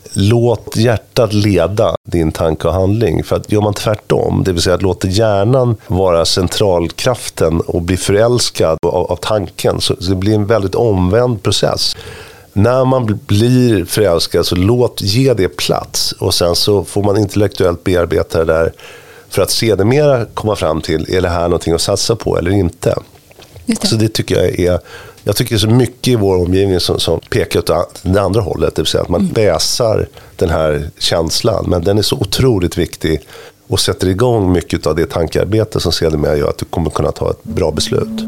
låt hjärtat leda din tanke och handling. För att gör man tvärtom, det vill säga att låta hjärnan vara centralkraften och bli förälskad av tanken, så det blir en väldigt omvänd process. När man blir förälskad så ge det plats, och sen så får man intellektuellt bearbeta det där för att sedermera komma fram till, är det här någonting att satsa på eller inte? Så det tycker jag tycker det är så mycket i vår omgivning som pekar åt det andra hållet, det vill säga att man väsar den här känslan, men den är så otroligt viktig och sätter igång mycket av det tankearbete som sedermera gör att du kommer kunna ta ett bra beslut.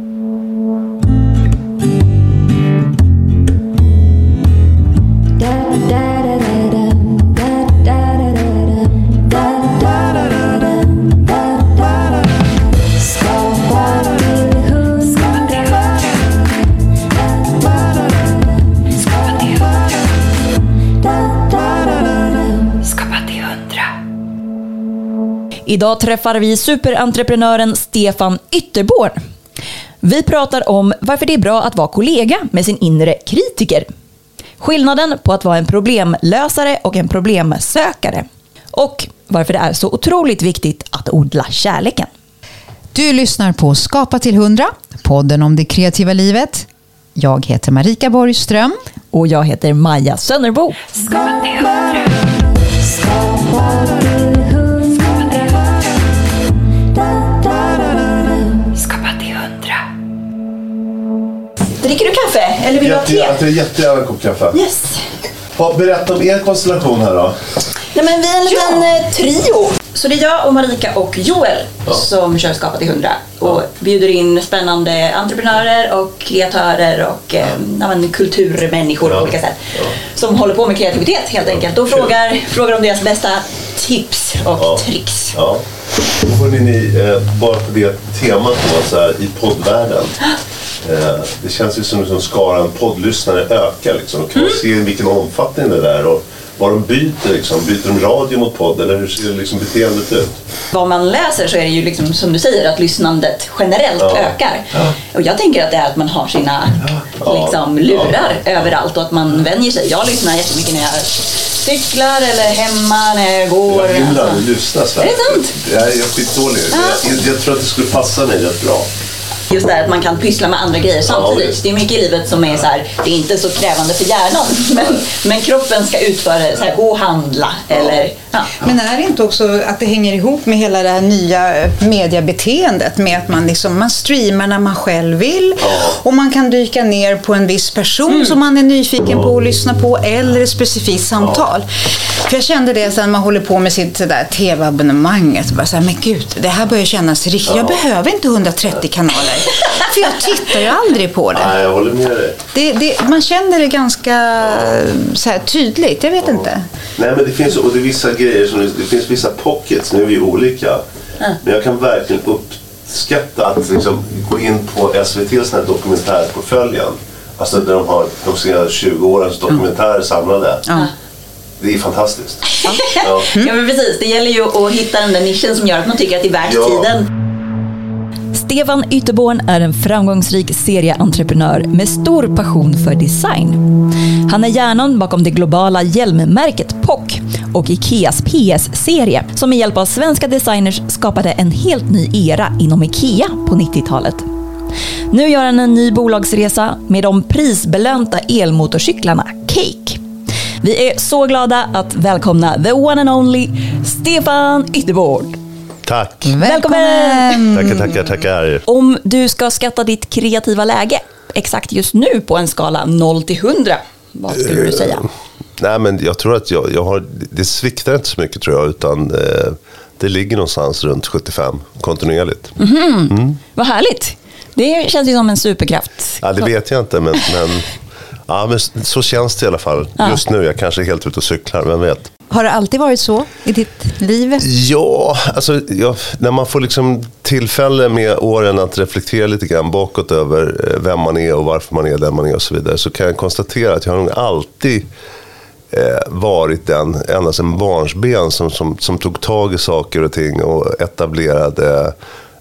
Idag träffar vi superentreprenören Stefan Ytterborn. Vi pratar om varför det är bra att vara kollega med sin inre kritiker. Skillnaden på att vara en problemlösare och en problemsökare. Och varför det är så otroligt viktigt att odla kärleken. Du lyssnar på Skapa till 100, podden om det kreativa livet. Jag heter Marika Borgström. Och jag heter Maja Sönnerbo. Skapa till 100. Dricker du kaffe? Eller vill du ha te? Jag tar jättegärna en kopp kaffe. Yes. Berätta om er konstellation här då. Nej, men vi är en liten trio. Så det är jag och Marika och Joel som kör Skapa till 100. Och bjuder in spännande entreprenörer och kreatörer och kulturmänniskor på olika sätt. Som håller på med kreativitet helt enkelt. Och frågar om deras bästa tips och tricks. Ja. Ni, bara på det temat då, så här, i poddvärlden. Det känns ju som skaran poddlyssnare ökar liksom. Kan man se vilken omfattning det är och vad de byter liksom. Byter de radio mot podd eller hur ser liksom beteendet ut? Vad man läser så är det ju liksom, som du säger, att lyssnandet generellt ökar. Och jag tänker att det är att man har sina liksom, lurar överallt och att man vänjer sig. Jag lyssnar jättemycket när jag cyklar eller hemma när jag går. Jag gillar att lyssna. Är det sant? Jag är skitdålig. Jag tror att det skulle passa mig rätt bra. Just det, att man kan pyssla med andra grejer samtidigt. Det är mycket i livet som är så här, det är inte så krävande för hjärnan, men kroppen ska utföra så här, gå och handla eller Men är det inte också att det hänger ihop med hela det här nya mediebeteendet med att man streamar när man själv vill och man kan dyka ner på en viss person som man är nyfiken på att lyssna på eller ett specifikt samtal. För jag kände det sen man håller på med sitt där tv-abonnemanget, bara så här, men gud, det här börjar kännas riktigt. Jag behöver inte 130 kanaler. För jag tittar ju aldrig på det. Nej, jag håller med dig. Man känner det ganska så här tydligt, jag vet inte. Nej, men det finns vissa grejer, det finns vissa pockets, nu är vi olika. Men jag kan verkligen uppskatta att liksom gå in på SVT:s här dokumentärportföljen. Alltså där de har de senaste 20 årens dokumentärer samlade. Det är fantastiskt. Ja, men precis. Det gäller ju att hitta den där nischen som gör att man tycker att det är värt tiden. Stefan Ytterborn är en framgångsrik serieentreprenör med stor passion för design. Han är hjärnan bakom det globala hjälmmärket POC och Ikeas PS-serie som med hjälp av svenska designers skapade en helt ny era inom Ikea på 90-talet. Nu gör han en ny bolagsresa med de prisbelönta elmotorcyklarna Cake. Vi är så glada att välkomna the one and only Stefan Ytterborn. Tack. Välkommen! Tackar. Om du ska skatta ditt kreativa läge exakt just nu på en skala 0 till 100, vad skulle du säga? Nej, men jag tror att jag har, det sviktar inte så mycket tror jag, utan det ligger någonstans runt 75 kontinuerligt. Vad härligt. Det känns ju som en superkraft. Ja, det vet jag inte, men så känns det i alla fall. Just nu, jag kanske är helt ute och cyklar, vem vet. Har det alltid varit så i ditt liv? Ja, alltså när man får liksom tillfälle med åren att reflektera lite grann bakåt över vem man är och varför man är där man är och så vidare, så kan jag konstatera att jag har nog alltid varit den ända sedan barnsben som tog tag i saker och ting och etablerade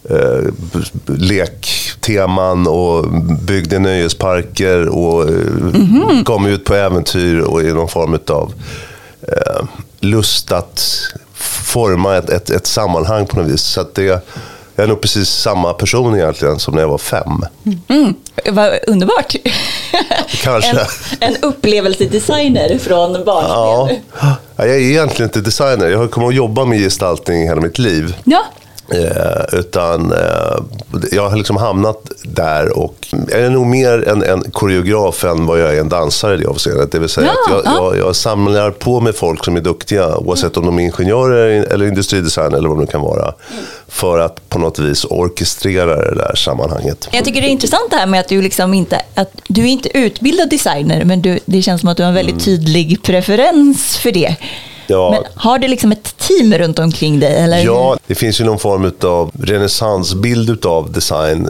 lekteman och byggde nöjesparker och kom ut på äventyr och i någon form av lust att forma ett sammanhang på något vis. Så att jag är nog precis samma person egentligen som när jag var 5. Vad underbart. Kanske. En upplevelsedesigner från barnsben. Ja, jag är egentligen inte designer. Jag har kommit att jobba med gestaltning hela mitt liv. Ja. Utan jag har liksom hamnat där och jag är nog mer en koreograf än vad jag är en dansare i det avseendet. Det vill säga att jag samlar på mig folk som är duktiga, oavsett om de är ingenjörer eller industridesigner eller vad det kan vara, för att på något vis orkestrera det där sammanhanget. Jag tycker det är intressant det här med att du liksom inte är inte utbildad designer, men det känns som att du har en väldigt tydlig preferens för det. Ja. Men har du liksom ett team runt omkring dig? Eller? Ja, det finns ju någon form av renässansbild av design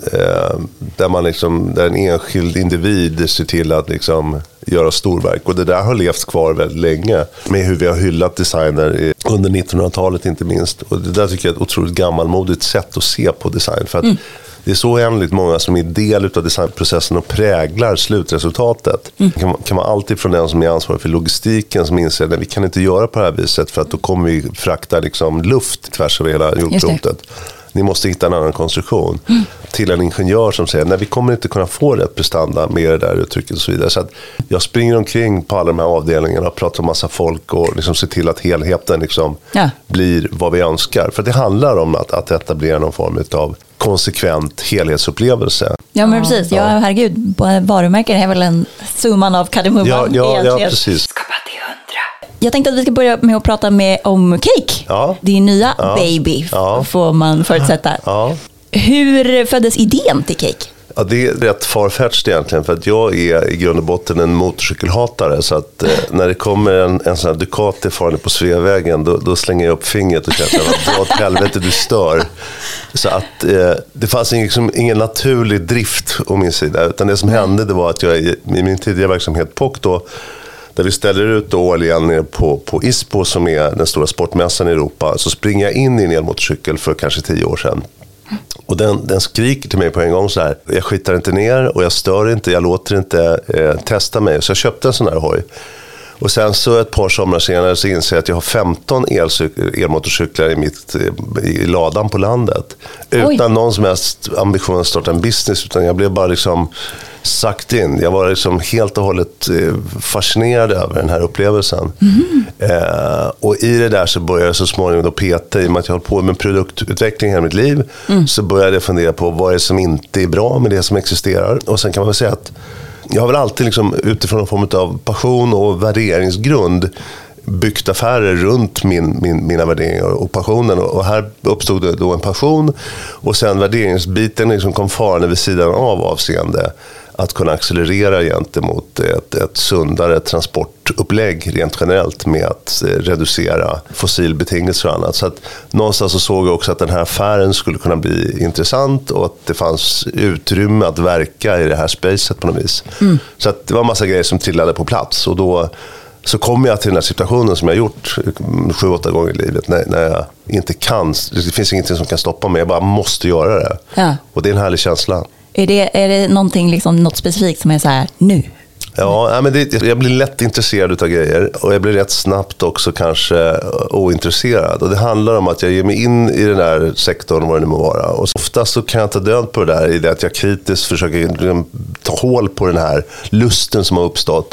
där en enskild individ ser till att liksom göra storverk. Och det där har levt kvar väldigt länge med hur vi har hyllat designer under 1900-talet inte minst. Och det där tycker jag är ett otroligt gammalmodigt sätt att se på design. För att det är så oändligt många som är del av designprocessen och präglar slutresultatet. Kan vara alltid från den som är ansvarig för logistiken som inser att vi kan inte göra på det här viset för att då kommer vi frakta liksom luft tvärs över hela jordklotet. Ni måste hitta en annan konstruktion. Till en ingenjör som säger nej, vi kommer inte kunna få rätt prestanda med det där uttrycket och så vidare. Så att jag springer omkring på alla de här avdelningarna och pratar med massa folk och liksom ser till att helheten liksom blir vad vi önskar. För det handlar om att etablera någon form av konsekvent helhetsupplevelse. Ja, men precis. Ja, herregud. Varumärken är väl en summan av kardemumman. Ja, precis. Jag tänkte att vi ska börja med att prata om Cake. Ja. Din nya baby, får man förutsätta. Ja. Hur föddes idén till Cake? Ja, det är rätt farfetched egentligen, för att jag är i grund och botten en motorcykelhatare, så att när det kommer en sån här Ducati farande på Sveavägen då slänger jag upp fingret och känner att åt helvete du stör. Så att det fanns ingen naturlig drift å min sida, utan det som hände det var att jag i min tidigare verksamhet POC då, där vi ställer ut årligen ner på ISPO som är den stora sportmässan i Europa, så springer jag in i en elmotorcykel för kanske 10 år sedan. Och den skriker till mig på en gång så här: jag skitar inte ner och jag stör inte, jag låter inte testa mig. Så jag köpte en sån här hoj. Och sen så ett par somrar senare så inser jag att jag har 15 elmotorcyklar i ladan på landet. Utan någon som helst ambition att starta en business, utan jag blev bara liksom sagt in. Jag var liksom helt och hållet fascinerad över den här upplevelsen. Och i det där så började jag så småningom då peta, i och med att jag hållit på med produktutveckling hela mitt liv, så började jag fundera på vad är det som inte är bra med det som existerar. Och sen kan man väl säga att jag har väl alltid liksom, utifrån en form av passion och värderingsgrund, byggt affärer runt mina värderingar och passionen. Och här uppstod det då en passion, och sen värderingsbiten liksom kom farande vid sidan av avseende att kunna accelerera gentemot ett sundare transportupplägg rent generellt med att reducera fossilbetingelser och annat. Så att någonstans så såg jag också att den här affären skulle kunna bli intressant och att det fanns utrymme att verka i det här spacet på något vis. Så att det var en massa grejer som trillade på plats, och då så kom jag till den här situationen som jag gjort 7-8 gånger i livet när jag inte kan, det finns ingenting som kan stoppa mig, jag bara måste göra det. Och det är en härlig känsla. Är det någonting liksom, något specifikt som är så här nu? Ja, men jag blir lätt intresserad av grejer, och jag blir rätt snabbt också kanske ointresserad. Och det handlar om att jag ger mig in i den här sektorn, vad det nu må vara. Och oftast så kan jag ta död på det där i det att jag kritiskt försöker ta hål på den här lusten som har uppstått.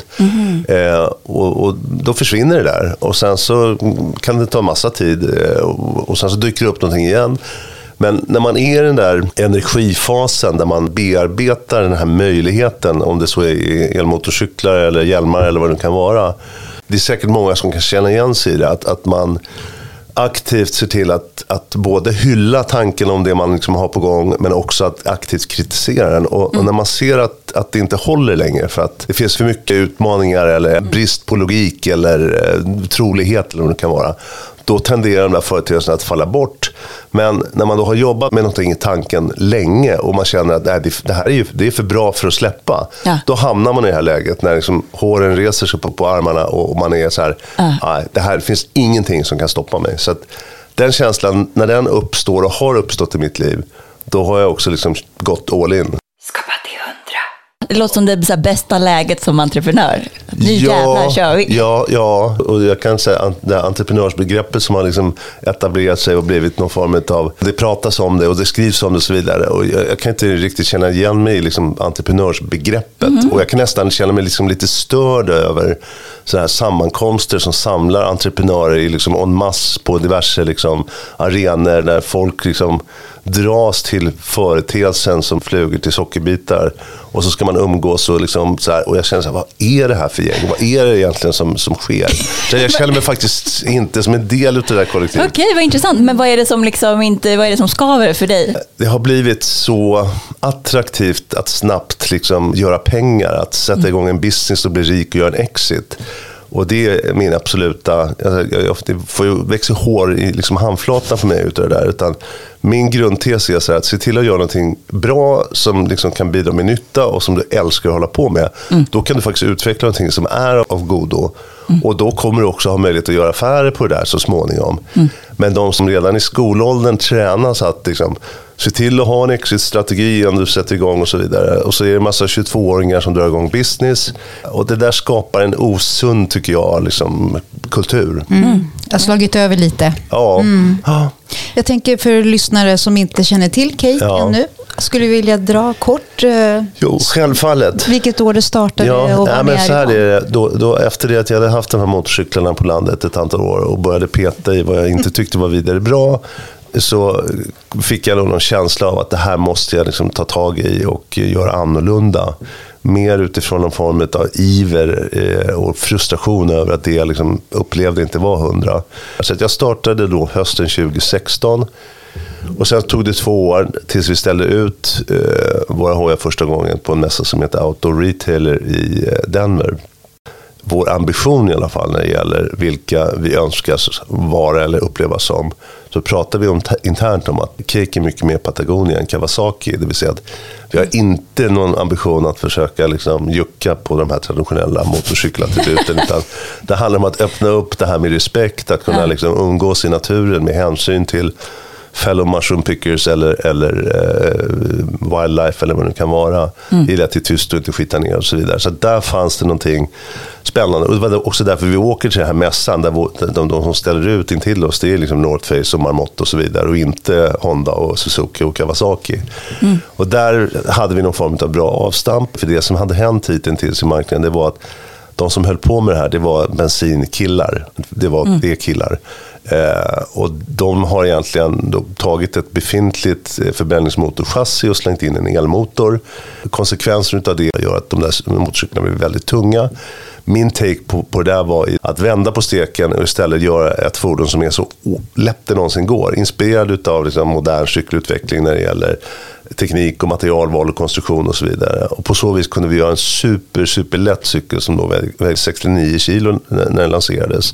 Och då försvinner det där. Och sen så kan det ta massa tid, och sen så dyker det upp någonting igen. Men när man är i den där energifasen där man bearbetar den här möjligheten, om det så är elmotorcyklar eller hjälmar eller vad det kan vara, det är säkert många som kan känna igen sig i det, att man aktivt ser till att både hylla tanken om det man liksom har på gång, men också att aktivt kritisera den. Och när man ser att det inte håller längre för att det finns för mycket utmaningar eller brist på logik eller trolighet eller vad det kan vara, då tenderar de där företeelserna att falla bort. Men när man då har jobbat med någonting i tanken länge och man känner att det här är för bra för att släppa, då hamnar man i det här läget när liksom håren reser sig på armarna och man är så här, det här finns ingenting som kan stoppa mig. Så att den känslan, när den uppstår och har uppstått i mitt liv, då har jag också liksom gått all in. Det låter som det så här bästa läget som entreprenör. Nu jävlar kör vi. Ja, och jag kan säga att det här entreprenörsbegreppet som har liksom etablerat sig och blivit någon form av, det pratas om det och det skrivs om det och så vidare. Och jag kan inte riktigt känna igen mig i liksom entreprenörsbegreppet. Och jag kan nästan känna mig liksom lite störd över så här sammankomster som samlar entreprenörer i liksom en masse på diverse liksom arenor där folk liksom dras till företeelsen som flugor till sockerbitar, och så ska man umgås och liksom så här, och jag känner så här, vad är det här för gäng? Vad är det egentligen som sker? Så jag känner mig faktiskt inte som en del av det där kollektivet. Okej, vad intressant. Men vad är det som liksom inte, vad är det som skaver för dig? Det har blivit så attraktivt att snabbt liksom göra pengar, att sätta igång en business och bli rik och göra en exit. Och det är min absoluta, jag får ju växa hår i liksom handflatan för mig utav det där, utan min grundtes är så här, att se till att göra någonting bra som liksom kan bidra med nytta och som du älskar att hålla på med. Då kan du faktiskt utveckla någonting som är av godo. Och då kommer du också ha möjlighet att göra affärer på det där så småningom. Men de som redan i skolåldern tränas att liksom, se till att ha en exit-strategi om du sätter igång och så vidare. Och så är det en massa 22-åringar som drar igång business. Och det där skapar en osund, tycker jag, liksom, kultur. Jag har slagit över lite. Ja. Jag tänker för lyssnare som inte känner till Cake ännu, skulle du vilja dra kort? Jo, självfallet. Vilket år det startade och vad men så här är det. Då, efter det att jag hade haft de här motorcyklarna på landet ett antal år och började peta i vad jag inte tyckte var vidare bra, så fick jag någon känsla av att det här måste jag liksom ta tag i och göra annorlunda. Mer utifrån någon form av iver och frustration över att det jag liksom upplevde inte var 100. Så att jag startade då hösten 2016. Och sen tog det 2 år tills vi ställde ut våra hojar första gången på en mässa som heter Outdoor Retailer i Denver. Vår ambition i alla fall när det gäller vilka vi önskar vara eller uppleva som, så pratar vi internt om att Cake är mycket mer Patagonia än Kawasaki. Det vill säga att vi har inte någon ambition att försöka liksom jucka på de här traditionella motorcyklattributen, utan det handlar om att öppna upp det här med respekt, att kunna liksom umgås i naturen med hänsyn till fellow mushroom pickers eller wildlife eller vad det kan vara. Gillar att det är tyst och inte skita ner och så vidare. Så där fanns det någonting spännande. Och det var också därför vi åker till den här mässan där de som ställer ut in till oss, det är liksom North Face och Marmot och så vidare, och inte Honda och Suzuki och Kawasaki. Och där hade vi någon form av bra avstamp, för det som hade hänt hittills i marknaden, det var att de som höll på med det här, det var bensinkillar. Det var e-killar. Och de har egentligen då tagit ett befintligt förbränningsmotorchassi och slängt in en elmotor. Konsekvensen av det gör att de där motorcyklarna blir väldigt tunga. Min take på det där var att vända på steken och istället göra ett fordon som är så lätt det någonsin går. Inspirerad av liksom modern cykelutveckling när det gäller teknik och materialval och konstruktion och så vidare. Och på så vis kunde vi göra en superlätt cykel som då vägde 69 kilo när den lanserades.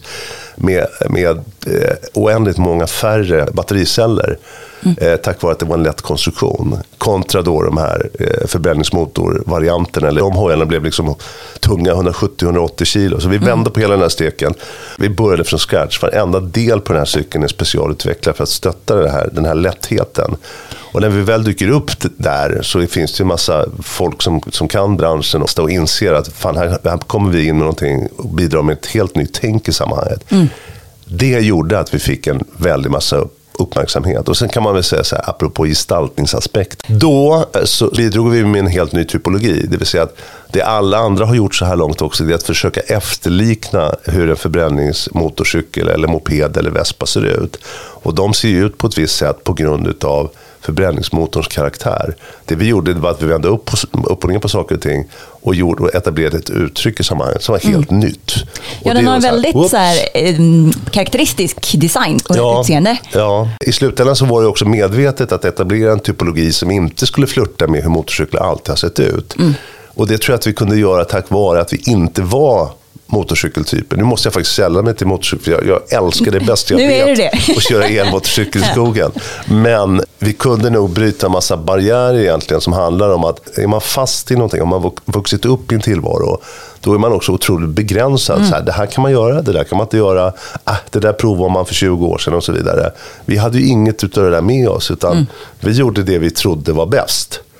Med oändligt många färre battericeller. Tack vare att det var en lätt konstruktion. Kontra då de här förbränningsmotorvarianterna. De hojarna blev liksom tunga 170-180 kilo. Så vi vände på hela den här steken. Vi började från scratch. Varenda del på den här cykeln är specialutvecklad för att stötta den här lättheten. Och när vi väl dyker upp där så finns det ju en massa folk som kan branschen och inser att fan, här kommer vi in med någonting och bidrar med ett helt nytt tänk i sammanhanget. Det gjorde att vi fick en väldigt massa uppmärksamhet. Och sen kan man väl säga så här, apropå gestaltningsaspekt. Då så bidrog vi med en helt ny typologi. Det vill säga att det alla andra har gjort så här långt också, det är att försöka efterlikna hur en förbränningsmotorcykel eller moped eller Vespa ser ut. Och de ser ju ut på ett visst sätt på grund av förbränningsmotorns karaktär. Det vi gjorde var att vi vände upp och ner på saker och ting och etablerade ett uttryck i sammanhanget som var helt nytt. Ja, den har en väldigt så här, karaktäristisk design och utseende. Ja, i slutändan så var det också medvetet att etablera en typologi som inte skulle flirta med hur motorcyklar alltid har sett ut. Och det tror jag att vi kunde göra tack vare att vi inte var motorcykeltyper. Nu måste jag faktiskt sälja mig till motorcykel. Jag älskar det bäst jag vet att köra elmotorcykel i skogen. Men vi kunde nog bryta en massa barriärer egentligen som handlar om att är man fast i någonting, om man vuxit upp i en tillvaro, då är man också otroligt begränsad. Så här, det här kan man göra, det där kan man inte göra. Det där provar man för 20 år sedan och så vidare. Vi hade ju inget utav det där med oss, utan vi gjorde det vi trodde var bäst.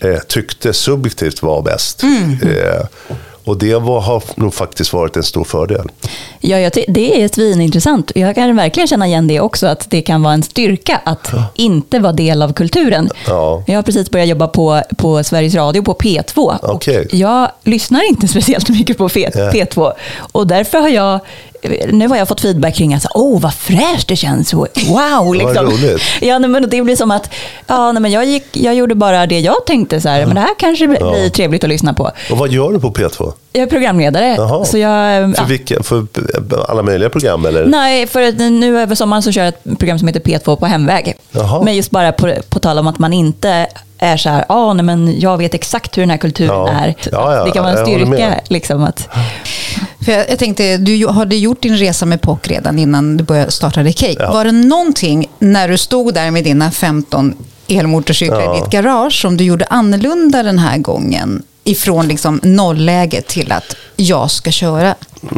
tyckte subjektivt var bäst. Och det har nog faktiskt varit en stor fördel. Ja, det är svinintressant. Jag kan verkligen känna igen det också, att det kan vara en styrka att inte vara del av kulturen. Ja. Jag har precis börjat jobba på Sveriges Radio på P2. Okay. Och jag lyssnar inte speciellt mycket på P2. Och därför nu har jag fått feedback kring att vad fräscht det känns. Wow, liksom. Vad roligt. Ja, men det blir som att jag gjorde bara det jag tänkte så här, men det här kanske blir trevligt att lyssna på. Och vad gör du på P2? Jag är programledare. Jaha. Så jag, för alla möjliga program eller? Nej, för nu över sommaren så kör jag ett program som heter P2 på hemväg. Jaha. Men just bara på tal om att man inte är så här, nej, men jag vet exakt hur den här kulturen är. Ja, det kan vara en styrka liksom att... För jag tänkte, du hade gjort din resa med POC redan innan du började starta The Cake. Ja. Var det någonting när du stod där med dina 15 elmotorcyklar i ditt garage som du gjorde annorlunda den här gången? Ifrån liksom nollläget till att jag ska köra?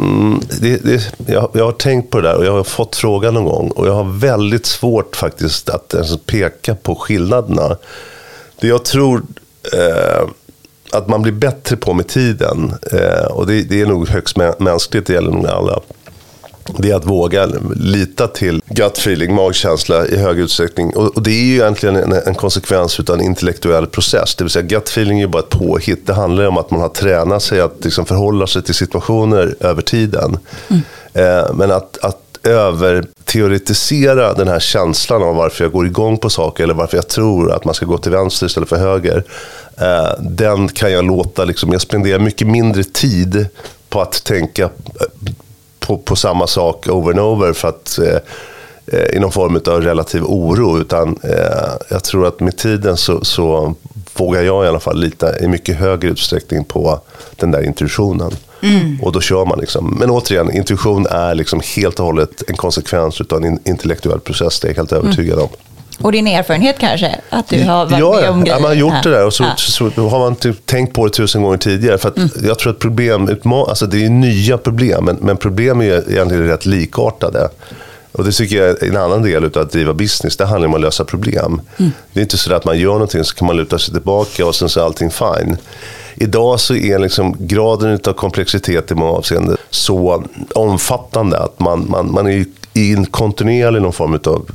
Jag har tänkt på det där och jag har fått frågan någon gång. Och jag har väldigt svårt faktiskt att peka på skillnaderna. Det jag tror... att man blir bättre på med tiden, och det är nog högst mänskligt, det gäller nog alla, det är att våga lita till gut feeling, magkänsla i hög utsträckning. Och det är ju egentligen en konsekvens av en intellektuell process. Det vill säga gut feeling är ju bara ett påhitt. Det handlar om att man har tränat sig att liksom förhålla sig till situationer över tiden. Men att överteoretisera den här känslan av varför jag går igång på saker eller varför jag tror att man ska gå till vänster istället för höger, den kan jag låta liksom, jag spenderar mycket mindre tid på att tänka på samma sak over and over för att i någon form av relativ oro, utan jag tror att med tiden så vågar jag i alla fall lita i mycket högre utsträckning på den där intuitionen. Och då kör man liksom. Men återigen, intuition är liksom helt och hållet en konsekvens av en intellektuell process, det är jag helt övertygad om. Och din erfarenhet kanske, att du har varit med om grejer. Ja, man har gjort det där och så har man typ tänkt på det 1000 gånger tidigare. För att jag tror att alltså det är nya problem, men problem är egentligen rätt likartade. Och det tycker jag är en annan del av att driva business. Det handlar om att lösa problem. Det är inte så att man gör någonting så kan man luta sig tillbaka och sen så är allting fine. Idag så är liksom graden av komplexitet i många avseenden så omfattande att man är i en kontinuerlig någon form av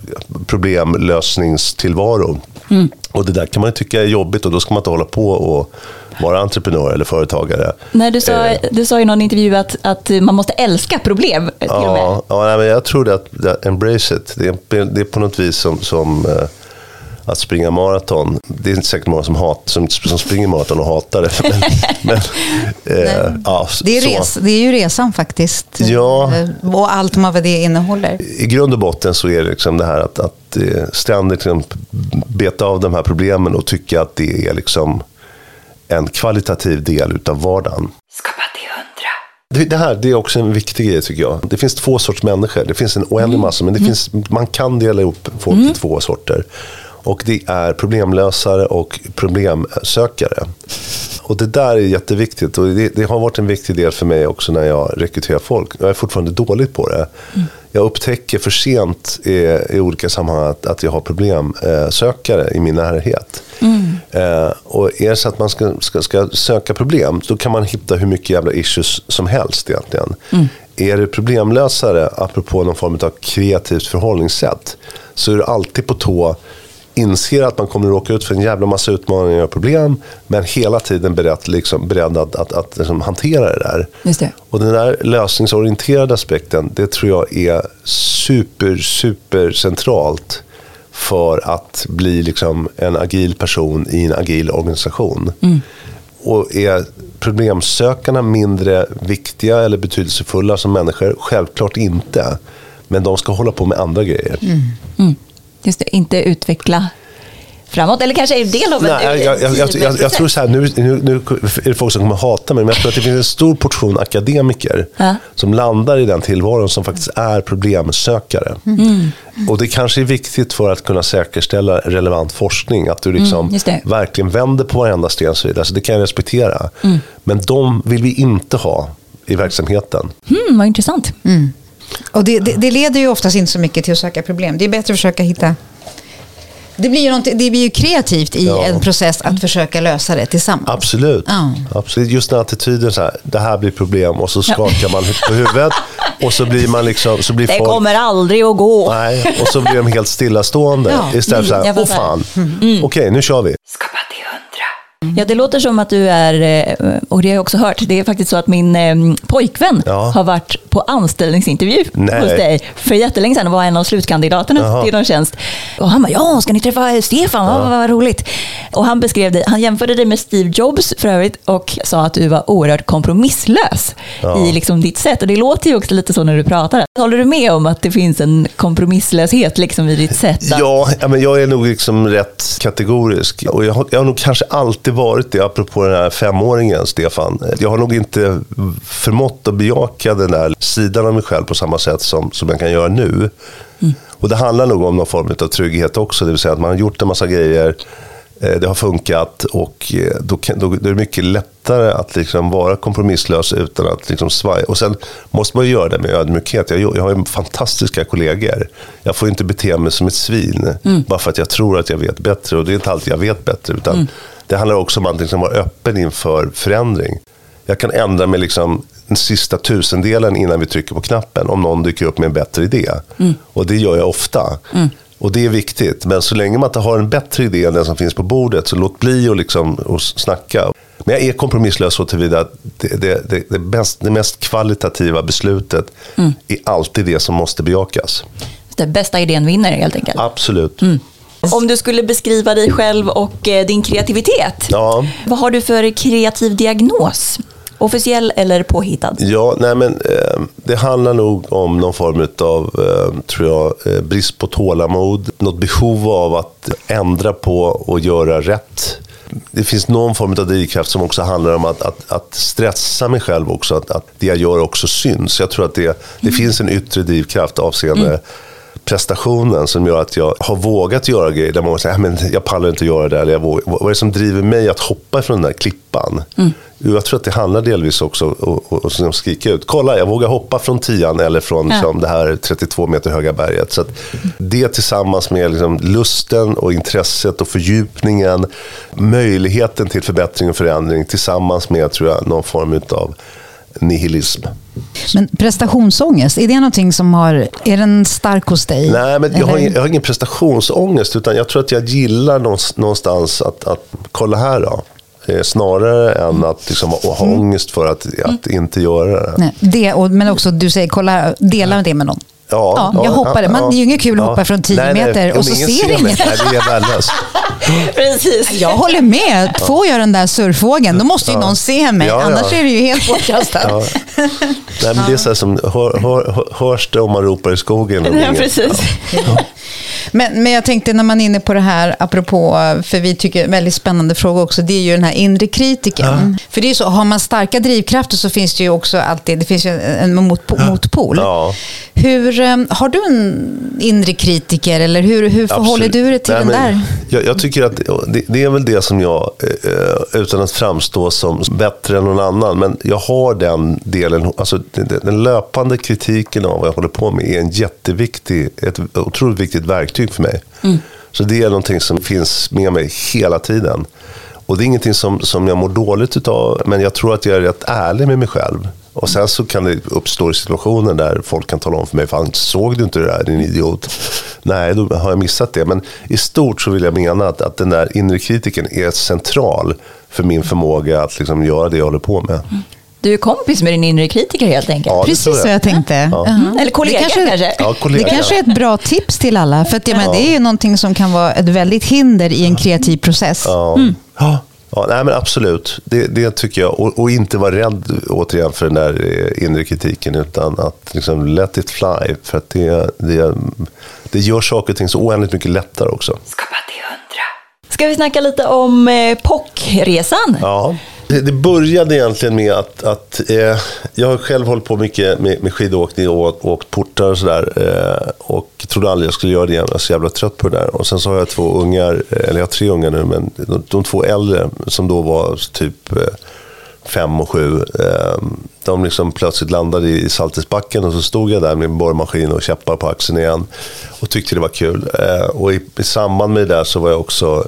problemlösningstillvaro. Och det där kan man ju tycka är jobbigt och då ska man inte hålla på och vara entreprenör eller företagare. Nej, du sa i någon intervju att man måste älska problem till och med. Ja, men jag tror att embrace it. Det är på något vis som att springa maraton. Det är inte säkert många som springer maraton och hatar det. Men det är ju resan faktiskt. Ja. Och allt vad det innehåller. I grund och botten så är det liksom det här att ständigt liksom beta av de här problemen och tycka att det är liksom en kvalitativ del utav vardagen. Skapa till 100. Det är också en viktig grej tycker jag. Det finns 2 sorts människor. Det finns en oändlig massa, men man kan dela ihop folk i 2 sorter. Och det är problemlösare och problemsökare. Och det där är jätteviktigt. Och det har varit en viktig del för mig också när jag rekryterar folk. Jag är fortfarande dåligt på det. Jag upptäcker för sent i olika sammanhang att jag har problemsökare i min närhet. Och är det så att man ska söka problem, då kan man hitta hur mycket jävla issues som helst egentligen. Är det problemlösare, apropå någon form av kreativt förhållningssätt, så är det alltid på tå, inser att man kommer att råka ut för en jävla massa utmaningar och problem, men hela tiden beredd att liksom hantera det där. Just det. Och den där lösningsorienterade aspekten, det tror jag är super centralt för att bli liksom en agil person i en agil organisation. Och är problemsökarna mindre viktiga eller betydelsefulla som människor? Självklart inte. Men de ska hålla på med andra grejer. Just det, inte utveckla framåt. Eller kanske är det del av en... Nej, jag tror så här, nu är det folk som kommer hata mig, men jag tror att det finns en stor portion akademiker som landar i den tillvaron som faktiskt är problemsökare. Och det kanske är viktigt för att kunna säkerställa relevant forskning, att du liksom verkligen vänder på varenda sten och så vidare. Så det kan jag respektera. Men de vill vi inte ha i verksamheten. Vad intressant. Och det leder ju oftast inte så mycket till att söka problem. Det är bättre att försöka hitta Det blir ju kreativt i en process att försöka lösa det tillsammans. Absolut. Absolut. Just den attityden så här, det här blir problem och så skakar man på huvudet och så blir man liksom... det kommer aldrig att gå. Nej, och så blir de helt stillastående. Istället för så här, fan. Okej, nu kör vi. Skapa till 100. Ja, det låter som att du är, och det har jag också hört, det är faktiskt så att min pojkvän har varit på anställningsintervju hos dig för jättelänge sedan och var en av slutkandidaterna till någon tjänst. Och han bara, ska ni träffa Stefan? Vad roligt. Och han beskrev dig, han jämförde dig med Steve Jobs för övrigt och sa att du var oerhört kompromisslös i liksom ditt sätt. Och det låter ju också lite så när du pratar. Håller du med om att det finns en kompromisslöshet liksom i ditt sätt? Ja, men jag är nog liksom rätt kategorisk. Och jag har nog kanske alltid varit det, apropå den här 5-åringen Stefan. Jag har nog inte förmått att bejaka den där sidan av mig själv på samma sätt som jag kan göra nu. Och det handlar nog om någon form av trygghet också. Det vill säga att man har gjort en massa grejer, det har funkat och då är det mycket lättare att liksom vara kompromisslös utan att liksom svaja. Och sen måste man ju göra det med ödmjukhet. Jag har ju fantastiska kollegor. Jag får inte bete mig som ett svin bara för att jag tror att jag vet bättre. Och det är inte alltid jag vet bättre, utan det handlar också om att liksom vara öppen inför förändring. Jag kan ändra mig liksom den sista 1000-delen innan vi trycker på knappen om någon dyker upp med en bättre idé. Och det gör jag ofta. Och det är viktigt. Men så länge man inte har en bättre idé än den som finns på bordet, så låt bli och snacka. Men jag är kompromisslös så tillvida att det mest kvalitativa beslutet är alltid det som måste bejakas. Den bästa idén vinner helt enkelt. Absolut. Om du skulle beskriva dig själv och din kreativitet, vad har du för kreativ diagnos? Officiell eller påhittad? Ja, det handlar nog om någon form av, tror jag, brist på tålamod. Något behov av att ändra på och göra rätt. Det finns någon form av drivkraft som också handlar om att stressa mig själv också. Att det jag gör också syns. Jag tror att det finns en yttre drivkraft avseende prestationen som gör att jag har vågat göra grejer där man säger, men jag pallar inte att göra det, eller vad är det som driver mig att hoppa från den där klippan? Jag tror att det handlar delvis också och skrika ut, kolla, jag vågar hoppa från 10 eller från liksom, det här 32 meter höga berget. Så att det tillsammans med liksom, lusten och intresset och fördjupningen, möjligheten till förbättring och förändring tillsammans med, tror jag, någon form av nihilism. Men prestationsångest, är det någonting som är den stark hos dig? Nej, men jag har ingen prestationsångest, utan jag tror att jag gillar någonstans att kolla här då. Snarare än att liksom ha ångest för att inte göra det. Nej, men också du säger, kolla, dela det med någon. Ja, jag hoppade. Det är ju inget kul att hoppa från 10 meter och så ser ingen. Nej, det är värdelöst. Precis. Jag håller med. Får jag den där surfågen, då måste ju någon se mig. Annars är det ju helt bortkastat. Nej, men det är så här som hörs det om man ropar i skogen. Ja, precis. Men jag tänkte, när man är inne på det här, apropå, för vi tycker väldigt spännande fråga också, det är ju den här inre kritiken. För det är ju så, har man starka drivkrafter så finns det ju också alltid, det finns ju en motpol. Har du en inre kritiker, eller hur förhåller du dig till den där? Jag tycker att det är väl det som jag, utan att framstå som bättre än någon annan, men jag har den delen, alltså den löpande kritiken av vad jag håller på med är ett otroligt viktigt verktyg för mig. Så det är någonting som finns med mig hela tiden. Och det är ingenting som jag mår dåligt utav, men jag tror att jag är rätt ärlig med mig själv. Och sen så kan det uppstå situationer där folk kan tala om för mig, fan, såg du inte det där, din idiot? Nej, då har jag missat det. Men i stort så vill jag mena att den där inre kritiken är central för min förmåga att liksom göra det jag håller på med. Du är kompis med din inre kritiker helt enkelt. Ja, precis så jag tänkte. Eller kollega kanske. Ja, kollega. Det kanske är ett bra tips till alla. För att, det är ju någonting som kan vara ett väldigt hinder i en kreativ process. Ja, nej, men absolut. Det tycker jag. Och inte vara rädd återigen för den där inre kritiken, utan att liksom let it fly. För att det gör saker och ting så oändligt mycket lättare också. Skapa till 100. Ska vi snacka lite om POC-resan? Ja. Det började egentligen med att jag har själv hållit på mycket med skidåkning och åkt portar och sådär, och trodde aldrig jag skulle göra det igen. Jag var så jävla trött på det där. Och sen så har jag 2 ungar, eller jag har 3 ungar nu, men de 2 äldre som då var typ 5 och 7. De liksom plötsligt landade i Saltisbacken och så stod jag där med en borrmaskin och käppar på axeln igen och tyckte det var kul. Och i samband med det där så var jag också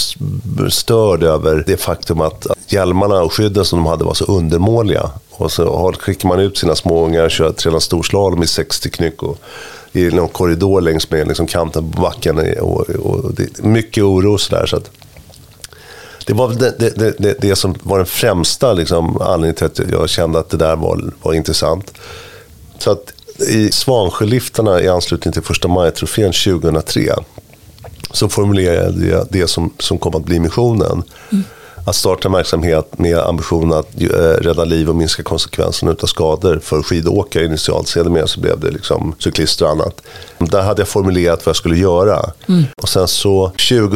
störd över det faktum att hjälmarna och skydden som de hade var så undermåliga. Och så skickar man ut sina småungar och kör träna storslalom i 60 knyck och i någon korridor längs med liksom kanten på backen och det är mycket oro och sådär. Så att det var det som var den främsta liksom, anledningen till att jag kände att det där var intressant. Så att i Svansjöliftarna i anslutning till 1 maj-trofén 2003 så formulerade jag det som kom att bli missionen. Att starta en verksamhet med ambitionen att rädda liv och minska konsekvenserna av skador för skidåkare initialt. Sedan så blev det liksom cyklister och annat. Där hade jag formulerat vad jag skulle göra. Och sen så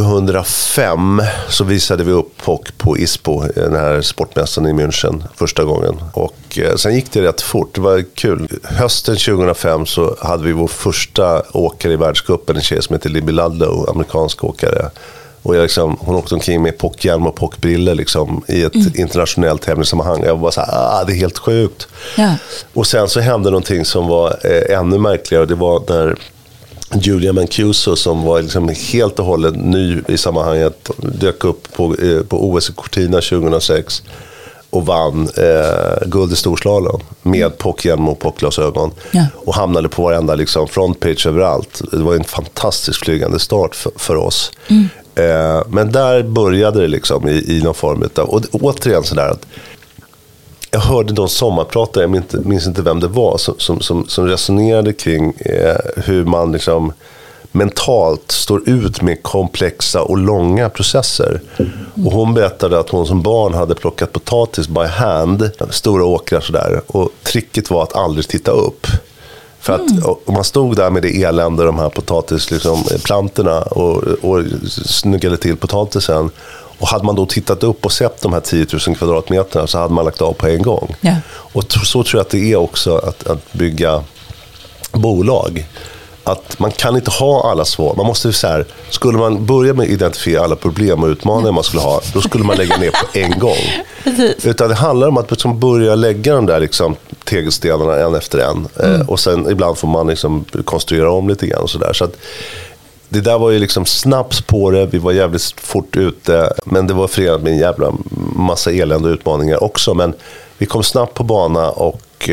2005 så visade vi upp POC på ISPO, den här sportmässan i München, första gången. Och sen gick det rätt fort, det var kul. Hösten 2005 så hade vi vår första åkare i världscupen, en tjej som heter Libby Ludlow, amerikansk åkare. Och hon åkte omkring med POC-hjälm och POC-briller liksom, i ett internationellt tävlingssammanhang. Jag var bara så här, det är helt sjukt. Ja. Och sen så hände någonting som var ännu märkligare. Det var när Julia Mancuso, som var liksom helt och hållet ny i sammanhanget, dök upp på OS i Cortina 2006 och vann guld i storslalom med POC-hjälm och POC-glasögon. Ja. Och hamnade på varenda liksom, frontpage överallt. Det var en fantastisk flygande start för oss. Men där började det liksom i någon form av, och återigen sådär att jag hörde någon sommarpratare, jag minns inte vem det var, som resonerade kring hur man liksom mentalt står ut med komplexa och långa processer. Och hon berättade att hon som barn hade plockat potatis by hand, stora åkrar sådär, och tricket var att aldrig titta upp. För att om man stod där med det elände, de här potatisplantorna och snuggade till potatisen, och hade man då tittat upp och sett de här 10 000 kvadratmeterna så hade man lagt av på en gång. Ja. Och så tror jag att det är också att bygga bolag. Att man kan inte ha alla svar. Man måste så här, skulle man börja med att identifiera alla problem och utmaningar man skulle ha, då skulle man lägga ner på en gång. Utan det handlar om att liksom börja lägga de där liksom tegelstenarna en efter en. Och sen ibland får man liksom konstruera om lite grann och sådär. Så att det där var ju liksom snabbt på det. Vi var jävligt fort ute. Men det var förenat med en jävla massa elände och utmaningar också. Men vi kom snabbt på bana och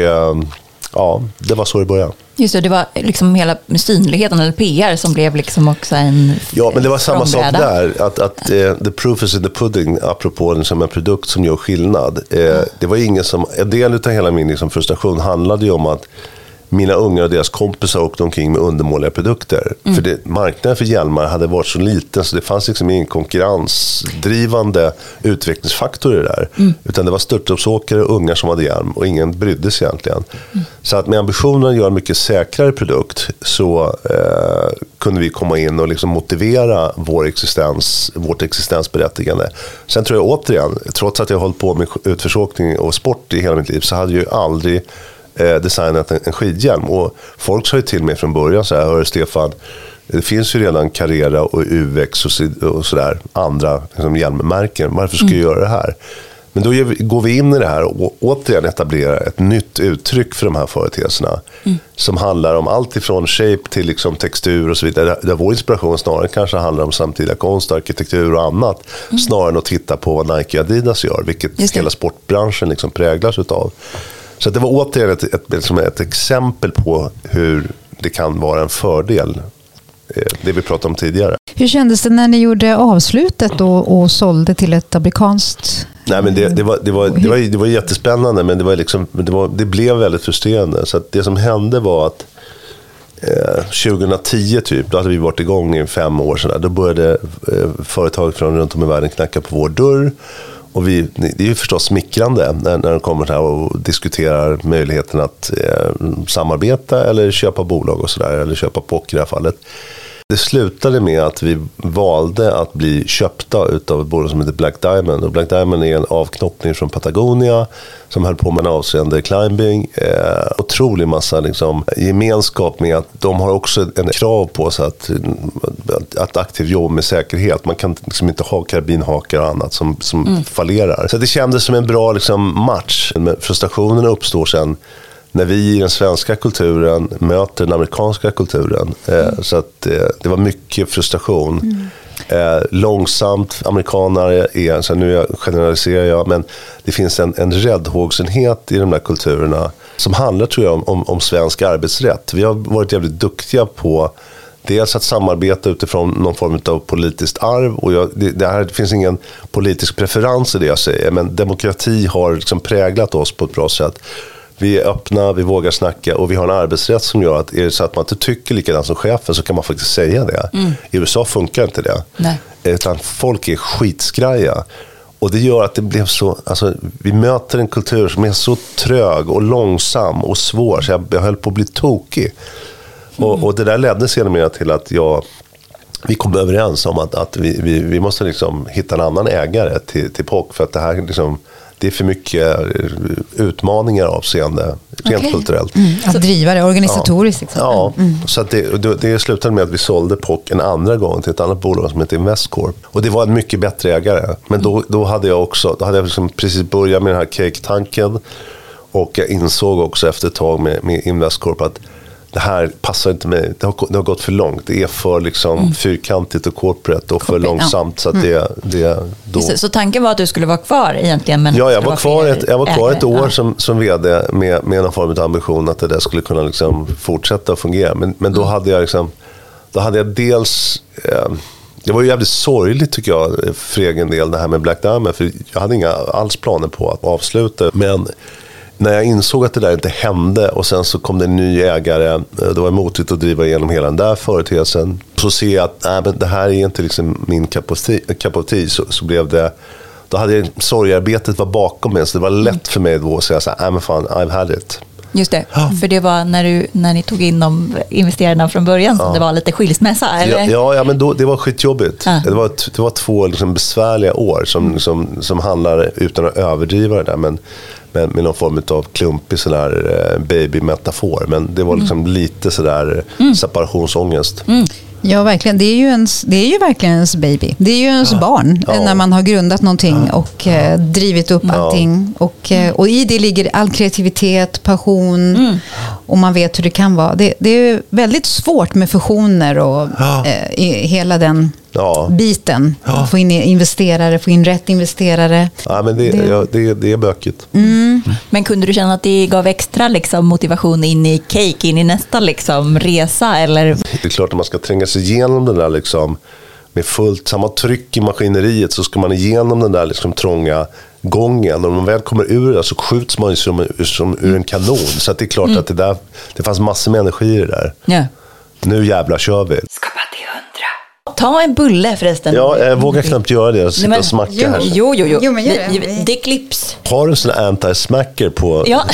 det var så det började. Just det var liksom hela synligheten eller PR som blev liksom också en. Ja, men det var samma sak där. Att the proof is in the pudding, apropå som en produkt som gör skillnad. Det var ingen som, en del av hela min liksom frustration handlade ju om att mina ungar och deras kompisar åkte omkring med undermåliga produkter. För marknaden för hjälmar hade varit så liten så det fanns liksom ingen konkurrensdrivande utvecklingsfaktor i det där. Utan det var störtloppsåkare och ungar som hade hjälm och ingen brydde sig egentligen. Så att med ambitionen att göra en mycket säkrare produkt så kunde vi komma in och liksom motivera vårt existensberättigande. Sen tror jag återigen, trots att jag har hållit på med utförsåkning och sport i hela mitt liv, så hade jag ju aldrig designat en skidhjälm, och folk sa ju till mig från början så här: hör Stefan, det finns ju redan Carrera och UX och sådär andra liksom hjälmmärken, varför ska jag göra det här? Men då går vi in i det här och återigen etablerar ett nytt uttryck för de här företeelserna som handlar om allt ifrån shape till liksom textur och så vidare, där vår inspiration snarare kanske handlar om samtida konst, arkitektur och annat, snarare än att titta på vad Nike och Adidas gör, vilket hela sportbranschen liksom präglas utav. Så det var återigen ett exempel på hur det kan vara en fördel, det vi pratade om tidigare. Hur kändes det när ni gjorde avslutet och sålde till ett amerikanskt? Nej, men det var jättespännande, men det blev väldigt frustrerande. Så att det som hände var att 2010 typ, då hade vi varit igång i 5 år sedan. Då började företag från runt om i världen knacka på vår dörr. Och det är ju förstås smickrande när de kommer här och diskuterar möjligheten att samarbeta eller köpa bolag och sådär, eller köpa POC i det här fallet. Det slutade med att vi valde att bli köpta utav ett bolag som heter Black Diamond. Och Black Diamond är en avknoppning från Patagonia som höll på med en avseende climbing. Otrolig massa liksom, gemenskap med att de har också en krav på sig att aktivt jobba med säkerhet. Man kan liksom inte ha karbinhakar och annat som fallerar. Så det kändes som en bra liksom, match. Men frustrationen uppstår sen när vi i den svenska kulturen möter den amerikanska kulturen. Så att det var mycket frustration. Långsamt, amerikanare är, så nu generaliserar jag, men det finns en räddhågsenhet i de där kulturerna som handlar, tror jag, om svensk arbetsrätt. Vi har varit jävligt duktiga på dels att samarbeta utifrån någon form av politiskt arv, och det finns ingen politisk preferens i det jag säger, men demokrati har liksom präglat oss på ett bra sätt. Vi är öppna, vi vågar snacka, och vi har en arbetsrätt som gör att är det så att man inte tycker likadant som chefen, så kan man faktiskt säga det. I USA funkar inte det. Nej. Utan folk är skitskraja. Och det gör att det blev så, alltså, vi möter en kultur som är så trög och långsam och svår, så jag höll på att bli tokig. Och det där ledde sedan till att vi kom överens om att vi måste liksom hitta en annan ägare till POC, för att det här liksom, det är för mycket utmaningar avseende rent kulturellt. Att driva det organisatoriskt. Liksom. Ja, så att det slutade med att vi sålde POC en andra gång till ett annat bolag som heter Investcorp. Och det var en mycket bättre ägare. Men då hade jag liksom precis börjat med den här cake-tanken, och jag insåg också efter ett tag med Investcorp att det här passar inte mig. Det har gått för långt. Det är för liksom fyrkantigt och corporate och för långsamt. Så att det då... Så tanken var att du skulle vara kvar egentligen? Men ja, jag var kvar ett år som vd med någon form av ambition att det där skulle kunna liksom fortsätta att fungera. Men då hade jag dels... Det var ju jävligt sorgligt, tycker jag, för egen del, det här med Black Diamond. För jag hade inga alls planer på att avsluta. Men när jag insåg att det där inte hände, och sen så kom det en ny ägare, det var motigt att driva igenom hela den där företeelsen, så ser jag att men det här är inte liksom min cup of tea, så blev det, då hade jag, sorgarbetet var bakom mig, så det var lätt för mig då att säga så här, men fan, I've had it. Just det, för det var när ni tog in de investerarna från början, så det var lite skilsmässa, eller? Ja, men det var skitjobbigt. Det var 2 liksom besvärliga år som handlar, utan att överdriva det där, men med någon form av klumpig sådär baby-metafor. Men det var liksom lite sådär separationsångest. Ja, verkligen. Det är ju verkligen ens baby. Det är ju ens barn när man har grundat någonting och drivit upp allting. Och i det ligger all kreativitet, passion, och man vet hur det kan vara. Det är väldigt svårt med fusioner och hela den biten. Få in investerare, få in rätt investerare. Ja, men det är bökigt. Men kunde du känna att det gav extra liksom, motivation in i cake, in i nästa liksom, resa? Eller? Det är klart att man ska tränga sig igenom den där liksom, med fullt samma tryck i maskineriet, så ska man igenom den där liksom, trånga gången. Och när man väl kommer ur det så skjuts man ju som ur en kanon. Så att det är klart att det fanns massor med energi i det där. Ja. Nu jävlar kör vi. Skapa till 100. Ta en bulle förresten. Ja, jag vågar knappt göra det. Jag sitter och smackar här. Jo, men gör det klipps. Har du en sån här anti-smacker på? Ja.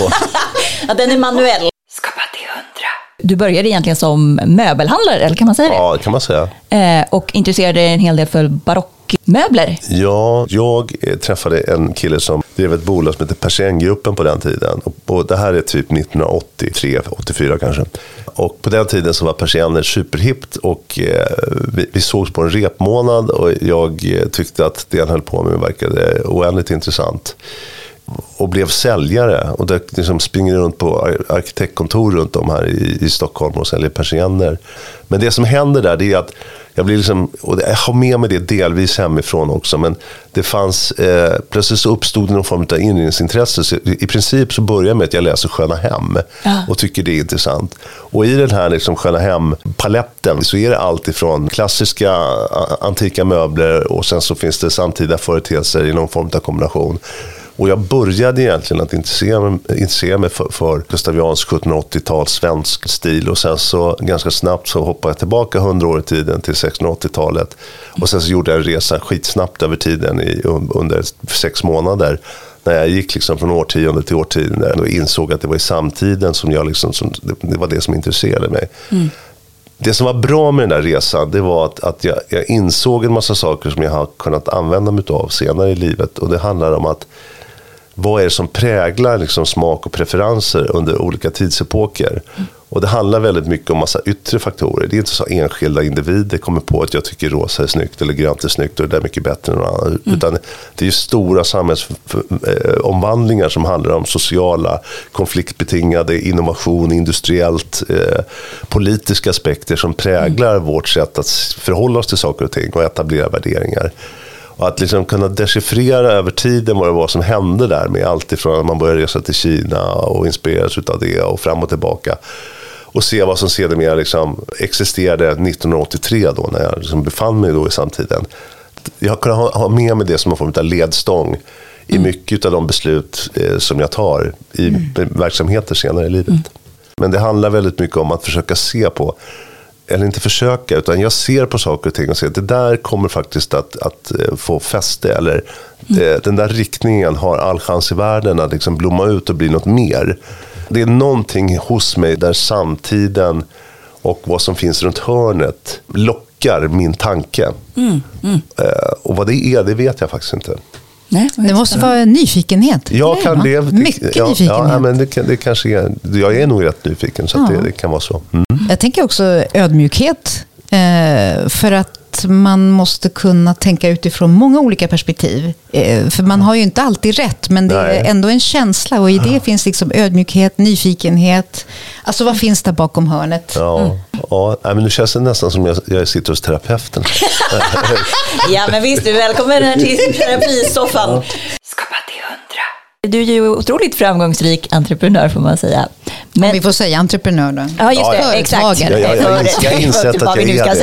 Ja, den är manuell. Skapa till 100. Du började egentligen som möbelhandlare, eller kan man säga det? Ja, det kan man säga. Och intresserade en hel del för barockmöbler. Ja, jag träffade en kille som drev ett bolag som heter Persienngruppen på den tiden. Och det här är typ 1983, 84 kanske. Och på den tiden så var persienner superhippt, och vi sågs på en repmånad, och jag tyckte att det han höll på med verkade oändligt intressant. Och blev säljare, och där liksom springer runt på arkitektkontor runt om här i Stockholm och säljer persienner. Men det som händer där, det är att jag blir liksom, och jag har med mig det delvis hemifrån också, men det fanns, plötsligt så uppstod någon form av inredningsintresse. Så i princip så börjar jag med att jag läser Sköna Hem och tycker det är intressant. Och i den här liksom Sköna Hem-paletten så är det allt ifrån klassiska antika möbler, och sen så finns det samtida företeelser i någon form av kombination. Och jag började egentligen att intressera mig för Gustavians 1780-tals svensk stil, och sen så ganska snabbt så hoppade jag tillbaka 100 år i tiden till 1680-talet, och sen så gjorde jag en resa skitsnabbt över tiden under 6 månader, när jag gick liksom från årtionde till årtionde och insåg att det var i samtiden som jag liksom, det var det som intresserade mig. Det som var bra med den där resan, det var att jag insåg en massa saker som jag har kunnat använda mig av senare i livet. Och det handlar om att vad är det som präglar liksom smak och preferenser under olika tidsepoker. Och det handlar väldigt mycket om massa yttre faktorer. Det är inte så enskilda individer kommer på att jag tycker rosa är snyggt eller grönt är snyggt och det är mycket bättre än något annat. Utan det är ju stora samhällsomvandlingar som handlar om sociala, konfliktbetingade, innovation, industriellt, politiska aspekter som präglar vårt sätt att förhålla oss till saker och ting och etablera värderingar. Och att liksom kunna dechiffrera över tiden vad det var som hände där med allt ifrån att man började resa till Kina och inspireras av det och fram och tillbaka. Och se vad som sedermera liksom existerade 1983 då när jag liksom befann mig då i samtiden. Jag kunde ha med mig det som en form av ledstång i mycket av de beslut som jag tar i verksamheter senare i livet. Men det handlar väldigt mycket om att försöka se på, eller inte försöka, utan jag ser på saker och ting och ser att det där kommer faktiskt att få fäste, eller den där riktningen har all chans i världen att liksom blomma ut och bli något mer. Det är någonting hos mig där samtiden och vad som finns runt hörnet lockar min tanke. Och vad det är, det vet jag faktiskt inte. Nej, det måste vara nyfikenhet. Jag kan det. Mycket nyfikenhet. Ja, men det kanske är, jag är nog rätt nyfiken så att det kan vara så. Jag tänker också ödmjukhet. För att man måste kunna tänka utifrån många olika perspektiv. För man har ju inte alltid rätt, men det är ändå en känsla. Och i det finns liksom ödmjukhet, nyfikenhet. Alltså vad finns där bakom hörnet? Ja, men nu känns det nästan som jag sitter hos terapeuten. Ja, men visst, du är välkommen här till terapisoffan. Skapa till 100. Du är ju otroligt framgångsrik entreprenör får man säga. Men vi får säga entreprenör då. Ja, just det. Exakt. Jag har insett att jag är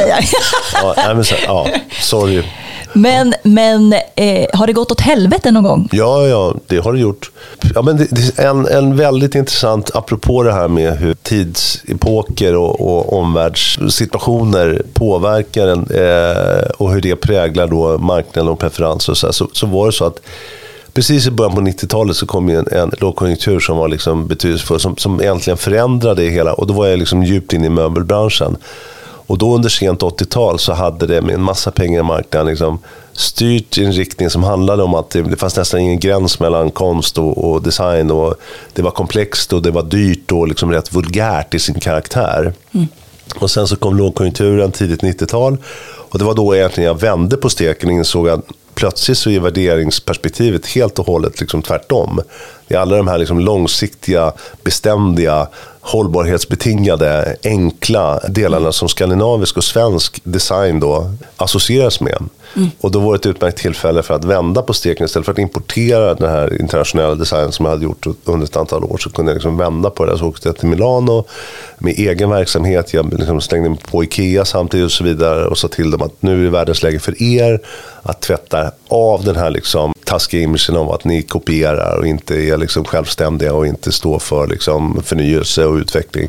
det. Sorry. Men har det gått åt helvete någon gång? Ja, det har det gjort. Ja, men det är en väldigt intressant, apropå det här med hur tidsepoker och omvärldssituationer påverkar en och hur det präglar då marknaden och preferenser och så var det så att precis i början på 90-talet så kom ju en lågkonjunktur som var liksom betydelsefull, som egentligen förändrade det hela. Och då var jag liksom djupt in i möbelbranschen. Och då under sent 80-tal så hade det med en massa pengar i marknaden liksom styrt i en riktning som handlade om att det fanns nästan ingen gräns mellan konst och design. Och det var komplext och det var dyrt och liksom rätt vulgärt i sin karaktär. Och sen så kom lågkonjunkturen tidigt 90-tal. Och det var då egentligen jag vände på steken och insåg att plötsligt så är värderingsperspektivet helt och hållet liksom tvärtom. Det är alla de här liksom långsiktiga, beständiga, hållbarhetsbetingade, enkla delarna som skandinavisk och svensk design då associeras med. Och då var det ett utmärkt tillfälle för att vända på steken istället för att importera den här internationella designen som jag hade gjort under ett antal år, så kunde jag liksom vända på det. Så åkte jag till Milano med egen verksamhet. Jag liksom slängde mig på Ikea samtidigt och så vidare och sa till dem att nu är det världens läge för er att tvätta av den här liksom taskiga imagen av att ni kopierar och inte är liksom självständiga och inte står för liksom förnyelse och utveckling.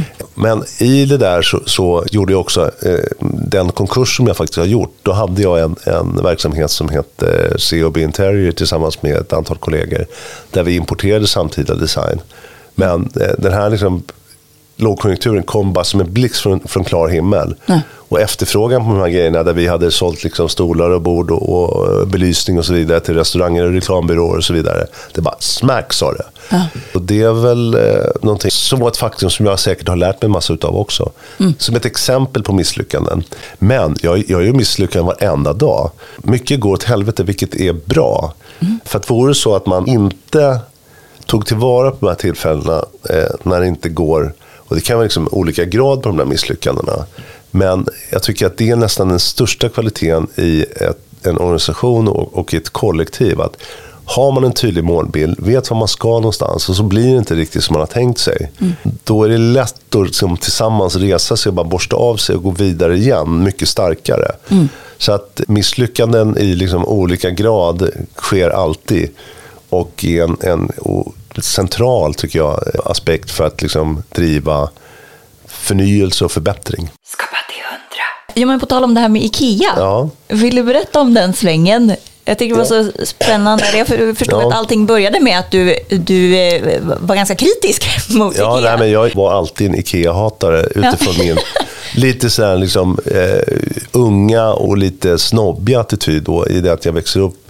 Men i det där så gjorde jag också den konkurs som jag faktiskt har gjort. Då hade jag en verksamhet som hette COB Interior tillsammans med ett antal kollegor där vi importerade samtida design. Men den här liksom lågkonjunkturen kom bara som en blixt från klar himmel. Och efterfrågan på de här grejerna där vi hade sålt liksom stolar och bord och belysning och så vidare till restauranger och reklambyråer och så vidare. Det bara smack, sa det. Och det är väl någonting som var ett faktum som jag säkert har lärt mig en massa utav också. Som ett exempel på misslyckanden. Men jag är ju misslyckanden varenda dag. Mycket går åt helvete, vilket är bra. För att vore det så att man inte tog tillvara på de här tillfällena när det inte går. Och det kan vara liksom olika grad på de där misslyckandena. Men jag tycker att det är nästan den största kvaliteten i en organisation och i ett kollektiv. Att har man en tydlig målbild, vet var man ska någonstans och så blir det inte riktigt som man har tänkt sig. Då är det lätt att liksom tillsammans resa sig och bara borsta av sig och gå vidare igen mycket starkare. Så att misslyckanden i liksom olika grad sker alltid. Och i en central, tycker jag, aspekt för att liksom driva förnyelse och förbättring. Skapa till 100. Ja, men på tal om det här med Ikea. Ja. Vill du berätta om den svängen? Jag tycker det var så spännande. Jag förstod att allting började med att du var ganska kritisk mot Ikea. Nej, men jag var alltid en Ikea-hatare utifrån lite så här liksom, unga och lite snobbiga attityd då, i det att jag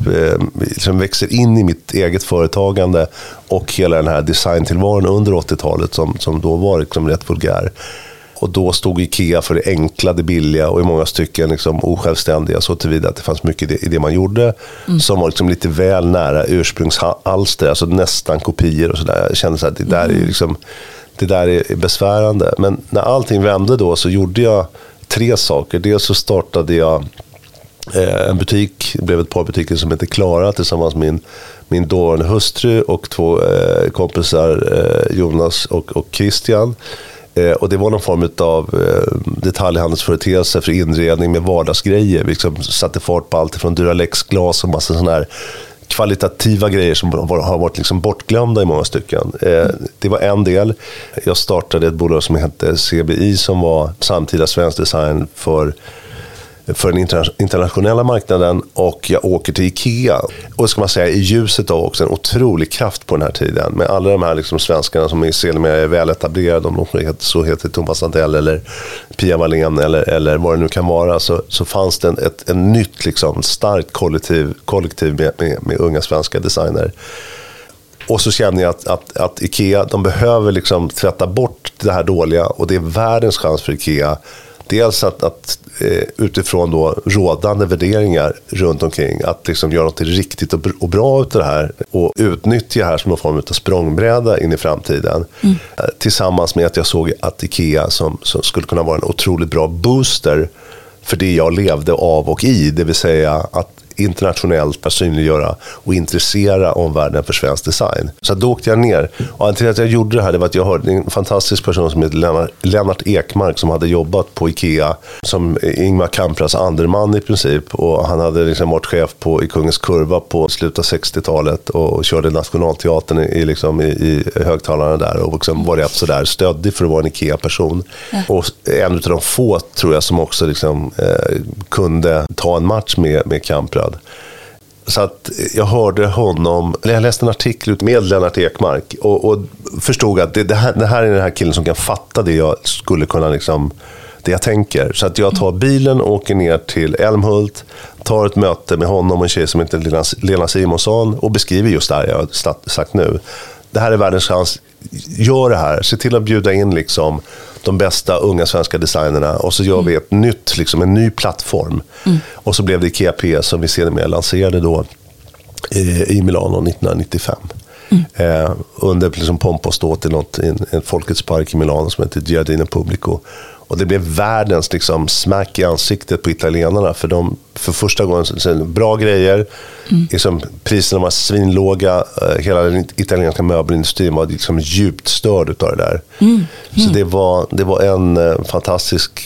växer in i mitt eget företagande och hela den här designtillvaron under 80-talet som då var liksom rätt vulgär. Och då stod IKEA för det enkla, det billiga och i många stycken liksom osjälvständiga, så tillvida att det fanns mycket i det man gjorde som var liksom lite väl nära ursprungsalster, alltså nästan kopior och sådär. Jag kände så att det där är besvärande. Men när allting vände då så gjorde jag 3 saker. Dels så startade jag en butik, det blev ett par butiker som heter Klara tillsammans med min dåvarande hustru och 2 kompisar, Jonas och Christian. Och det var någon form av detaljhandelsföreteelse för inredning med vardagsgrejer. Vi liksom satte fart på allt från Duralex-glas och massa sådana här kvalitativa grejer som har varit liksom bortglömda i många stycken. Det var en del. Jag startade ett bolag som hette CBI som var samtida svensk design för den internationella marknaden, och jag åker till IKEA. Och ska man säga, i ljuset av också en otrolig kraft på den här tiden med alla de här liksom svenskarna som är väl etablerade, om de så heter Thomas Andell eller Pia Wallén eller vad det nu kan vara, så fanns det en nytt liksom starkt kollektiv med unga svenska designer. Och så känner jag att IKEA, de behöver liksom tvätta bort det här dåliga, och det är världens chans för IKEA. Dels att utifrån då rådande värderingar runt omkring, att liksom göra något riktigt och bra ut det här och utnyttja det här som någon form av språngbräda in i framtiden. Tillsammans med att jag såg att IKEA som skulle kunna vara en otroligt bra booster för det jag levde av och i, det vill säga att internationellt synliggöra och intressera omvärlden för svensk design. Så då åkte jag ner. Och anledningen till att jag gjorde det här, det var att jag hörde en fantastisk person som heter Lennart Ekmark som hade jobbat på IKEA som Ingmar Kamprads anderman i princip, och han hade liksom varit chef i Kungens Kurva på slutet av 60-talet och körde Nationalteatern i högtalarna där och liksom var rätt sådär stöddig för att vara en IKEA-person. Ja. Och en av de få, tror jag, som också liksom, kunde ta en match med Kamprad. Så att jag hörde honom, eller jag läste en artikel med Lennart Ekmark och förstod att det här är den här killen som kan fatta det jag skulle kunna liksom, det jag tänker. Så att jag tar bilen och åker ner till Älmhult, tar ett möte med honom och en tjej som heter Lena Simonsson och beskriver just det här jag har sagt nu. Det här är världens chans, gör det här, se till att bjuda in liksom de bästa unga svenska designerna, och så gör vi ett nytt, liksom en ny plattform. Och så blev det IKEA PS som vi sedermera lanserade då i Milano 1995. Under liksom pomp och ståt i en Folkets park i Milano som heter Giardino Pubblico. Och det blev världens liksom smack i ansiktet på italienarna, för de för första gången bra grejer. Liksom, priserna var svinlåga, hela den italienska möbelindustrin var liksom djupt störd utav det där. Så det var en fantastisk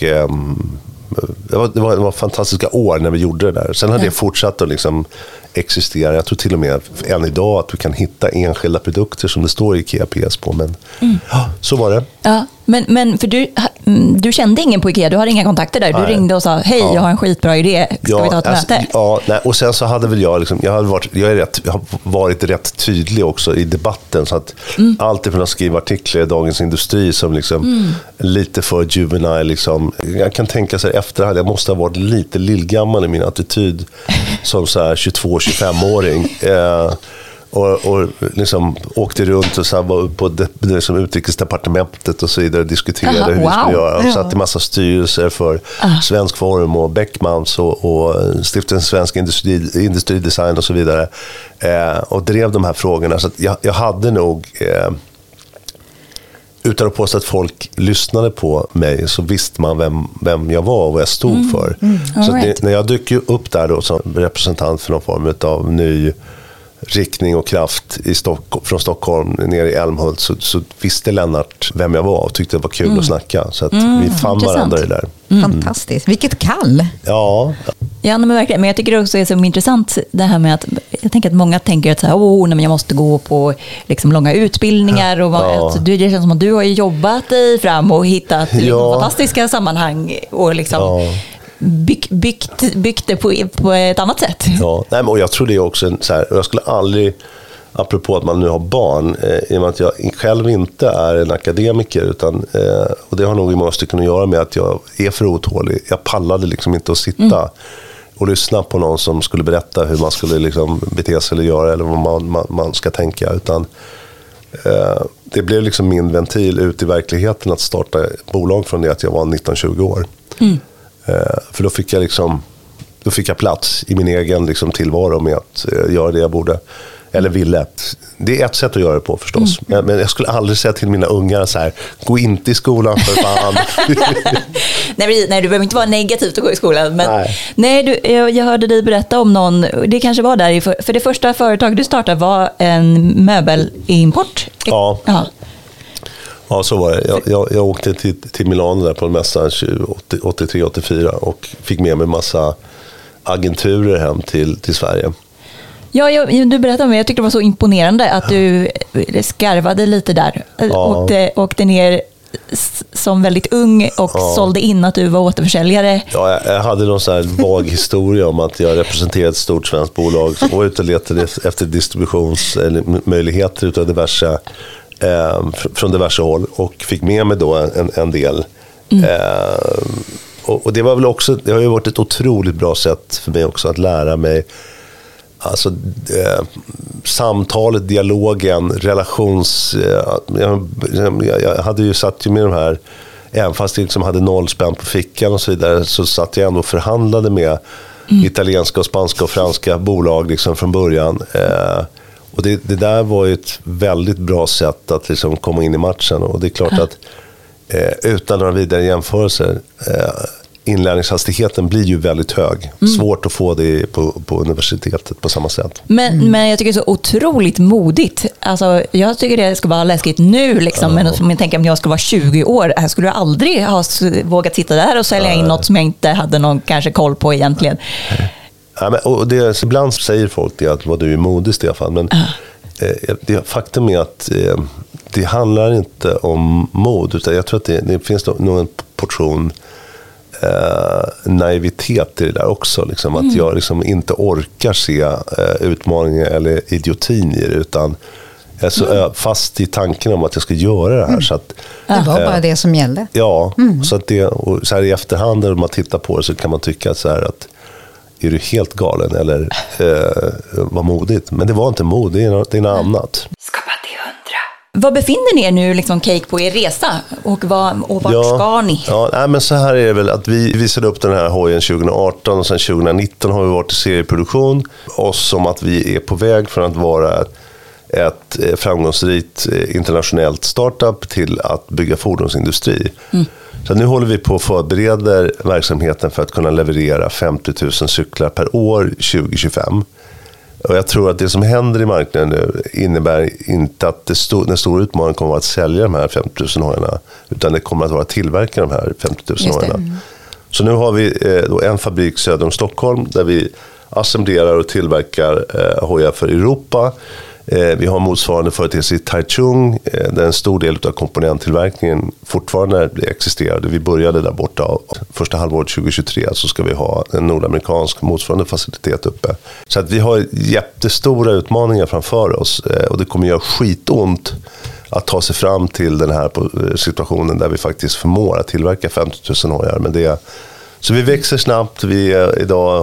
det var fantastiska år när vi gjorde det där. Sen har det fortsatt att liksom existera. Jag tror till och med än idag att du kan hitta enskilda produkter som det står i IKEA PS på. Men ja, så var det. Ja, men för du kände ingen på IKEA, du hade inga kontakter där. Du ringde och sa, hej, jag har en skitbra idé. Ska vi ta ett möte? Ja, nej, och sen så hade väl jag liksom, jag har varit rätt tydlig också i debatten, så att alltid från att skriva artiklar i Dagens Industri som liksom lite för juvenile liksom. Jag kan tänka sig efterhand, jag måste ha varit lite lillgammal i min attityd som så här 22-25-åring. Och liksom åkte runt och så var på liksom utrikesdepartementet och så vidare och diskuterade hur vi skulle göra. Och satt i massa styrelser för Svensk Form och Beckmans och Stiftelsen Svensk Industridesign och så vidare. Och drev de här frågorna. Så att jag hade nog, utan att påstå att folk lyssnade på mig, så visste man vem jag var och vad jag stod för. Så att när jag dök upp där då som representant för någon form av ny riktning och kraft från Stockholm ner i Älmhult, så visste Lennart vem jag var och tyckte det var kul att snacka. Så att vi fann varandra i det där. Fantastiskt. Vilket kall! Ja, men verkligen. Men jag tycker det också är så intressant det här med att jag tänker att många tänker att så här, jag måste gå på liksom långa utbildningar och det känns som att du har jobbat dig fram och hittat liksom fantastiska sammanhang och liksom byggt det på ett annat sätt. Ja, nej, men jag tror det är också så här, jag skulle aldrig apropå att man nu har barn, i och med att jag själv inte är en akademiker, utan, och det har nog i många stycken att göra med att jag är för otålig. Jag pallade liksom inte att sitta och lyssna på någon som skulle berätta hur man skulle liksom bete sig eller göra, eller vad man ska tänka, utan det blev liksom min ventil ut i verkligheten att starta bolag från det att jag var 19-20 år. För då fick jag plats i min egen liksom tillvaro med att göra det jag borde eller ville. Det är ett sätt att göra det på förstås. Men jag skulle aldrig säga till mina ungar så här: gå inte i skolan för fan. Nej, du behöver inte vara negativt att gå i skolan. Men jag hörde dig berätta om någon, det kanske var där, för det första företag du startade var en möbelimport. Ja. Ja, så var det. Jag åkte till Milano där på en mässa 83-84 och fick med mig massa agenturer hem till Sverige. Ja, du berättade om det. Jag tyckte det var så imponerande att du skarvade lite där. Åkte ner som väldigt ung och sålde in att du var återförsäljare. Ja, jag hade någon så här vag historia om att jag representerade ett stort svenskt bolag och ute och letade efter distributionsmöjligheter utav diverse, från diverse håll, och fick med mig då en del. Och det var väl också, det har ju varit ett otroligt bra sätt för mig också att lära mig, alltså samtalet, dialogen, jag hade ju satt ju med de här, även fast jag liksom hade nollspänn på fickan och så vidare, så satt jag ändå och förhandlade med italienska och spanska och franska bolag liksom från början. Och det där var ju ett väldigt bra sätt att liksom komma in i matchen, och det är klart att utan några vidare jämförelser, inlärningshastigheten blir ju väldigt hög. Svårt att få det på universitetet på samma sätt. Men jag tycker det är så otroligt modigt. Alltså, jag tycker det ska vara läskigt nu liksom, men om jag tänker om jag skulle vara 20 år, jag skulle aldrig ha vågat sitta där och sälja in något som jag inte hade någon kanske koll på egentligen. Ja, men, och det, ibland säger folk det, att vad du är modig, Stefan, men det faktum är att det handlar inte om mod, utan jag tror att det finns nog en portion naivitet i det där också, liksom, att jag liksom inte orkar se utmaningar eller idiotin i det, utan jag är så fast i tanken om att jag ska göra det här. Så att, det var bara det som gällde. Ja, så att det, och så här i efterhand när man tittar på det, så kan man tycka så här att är du helt galen eller var modigt. Men det var inte mod, det är något annat. Skapa till 100. Vad befinner ni er nu liksom, Cake, på er resa? Och vart ska ni? Ja, nej, men så här är det väl att vi visade upp den här hojen 2018 och sen 2019 har vi varit i serieproduktion. Och som att vi är på väg från att vara ett framgångsrikt internationellt startup till att bygga fordonsindustri. Så nu håller vi på att förbereda verksamheten för att kunna leverera 50 000 cyklar per år 2025. Och jag tror att det som händer i marknaden nu innebär inte att den stora utmaningen kommer att vara att sälja de här 50 000 hojarna, utan det kommer att vara att tillverka de här 50 000 hojarna. Så nu har vi då en fabrik söder om Stockholm där vi assemblerar och tillverkar hojar för Europa. Vi har motsvarande företeelse i Taichung, där en stor del av komponenttillverkningen fortfarande existerar. Vi började där borta första halvåret 2023, så ska vi ha en nordamerikansk motsvarande facilitet uppe. Så att vi har jättestora utmaningar framför oss, och det kommer göra skitont att ta sig fram till den här situationen där vi faktiskt förmår att tillverka 50 000 hojar. Men det, så vi växer snabbt, vi är idag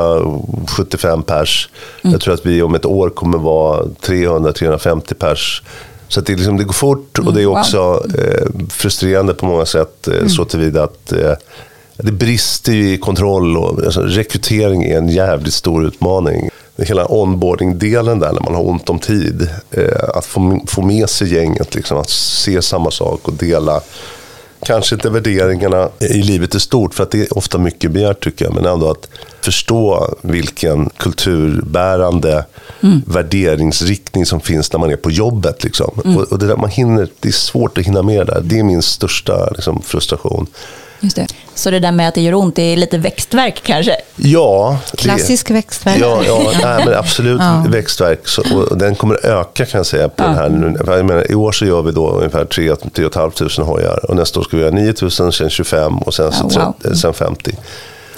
175 pers. Jag tror att vi om ett år kommer vara 300-350 pers. Så att det går fort, och det är också frustrerande på många sätt, så tillvida att det brister ju i kontroll, och alltså, rekrytering är en jävligt stor utmaning. Hela onboarding-delen där, när man har ont om tid, att få med sig gänget, liksom, att se samma sak och dela kanske inte värderingarna i livet är stort, för att det är ofta mycket begärt tycker jag, men ändå att förstå vilken kulturbärande värderingsriktning som finns när man är på jobbet liksom. Och det där det är svårt att hinna med där. Det är min största liksom, frustration. Just det. Så det där med att det gör ont, det är lite växtverk kanske? Ja. Klassisk växtverk. Nej, men absolut växtverk. Så, och den kommer öka kan jag säga på den här. Jag menar, i år så gör vi då ungefär 3 500 hojar, och nästa år ska vi göra 9 000, sen 25 och sen 50.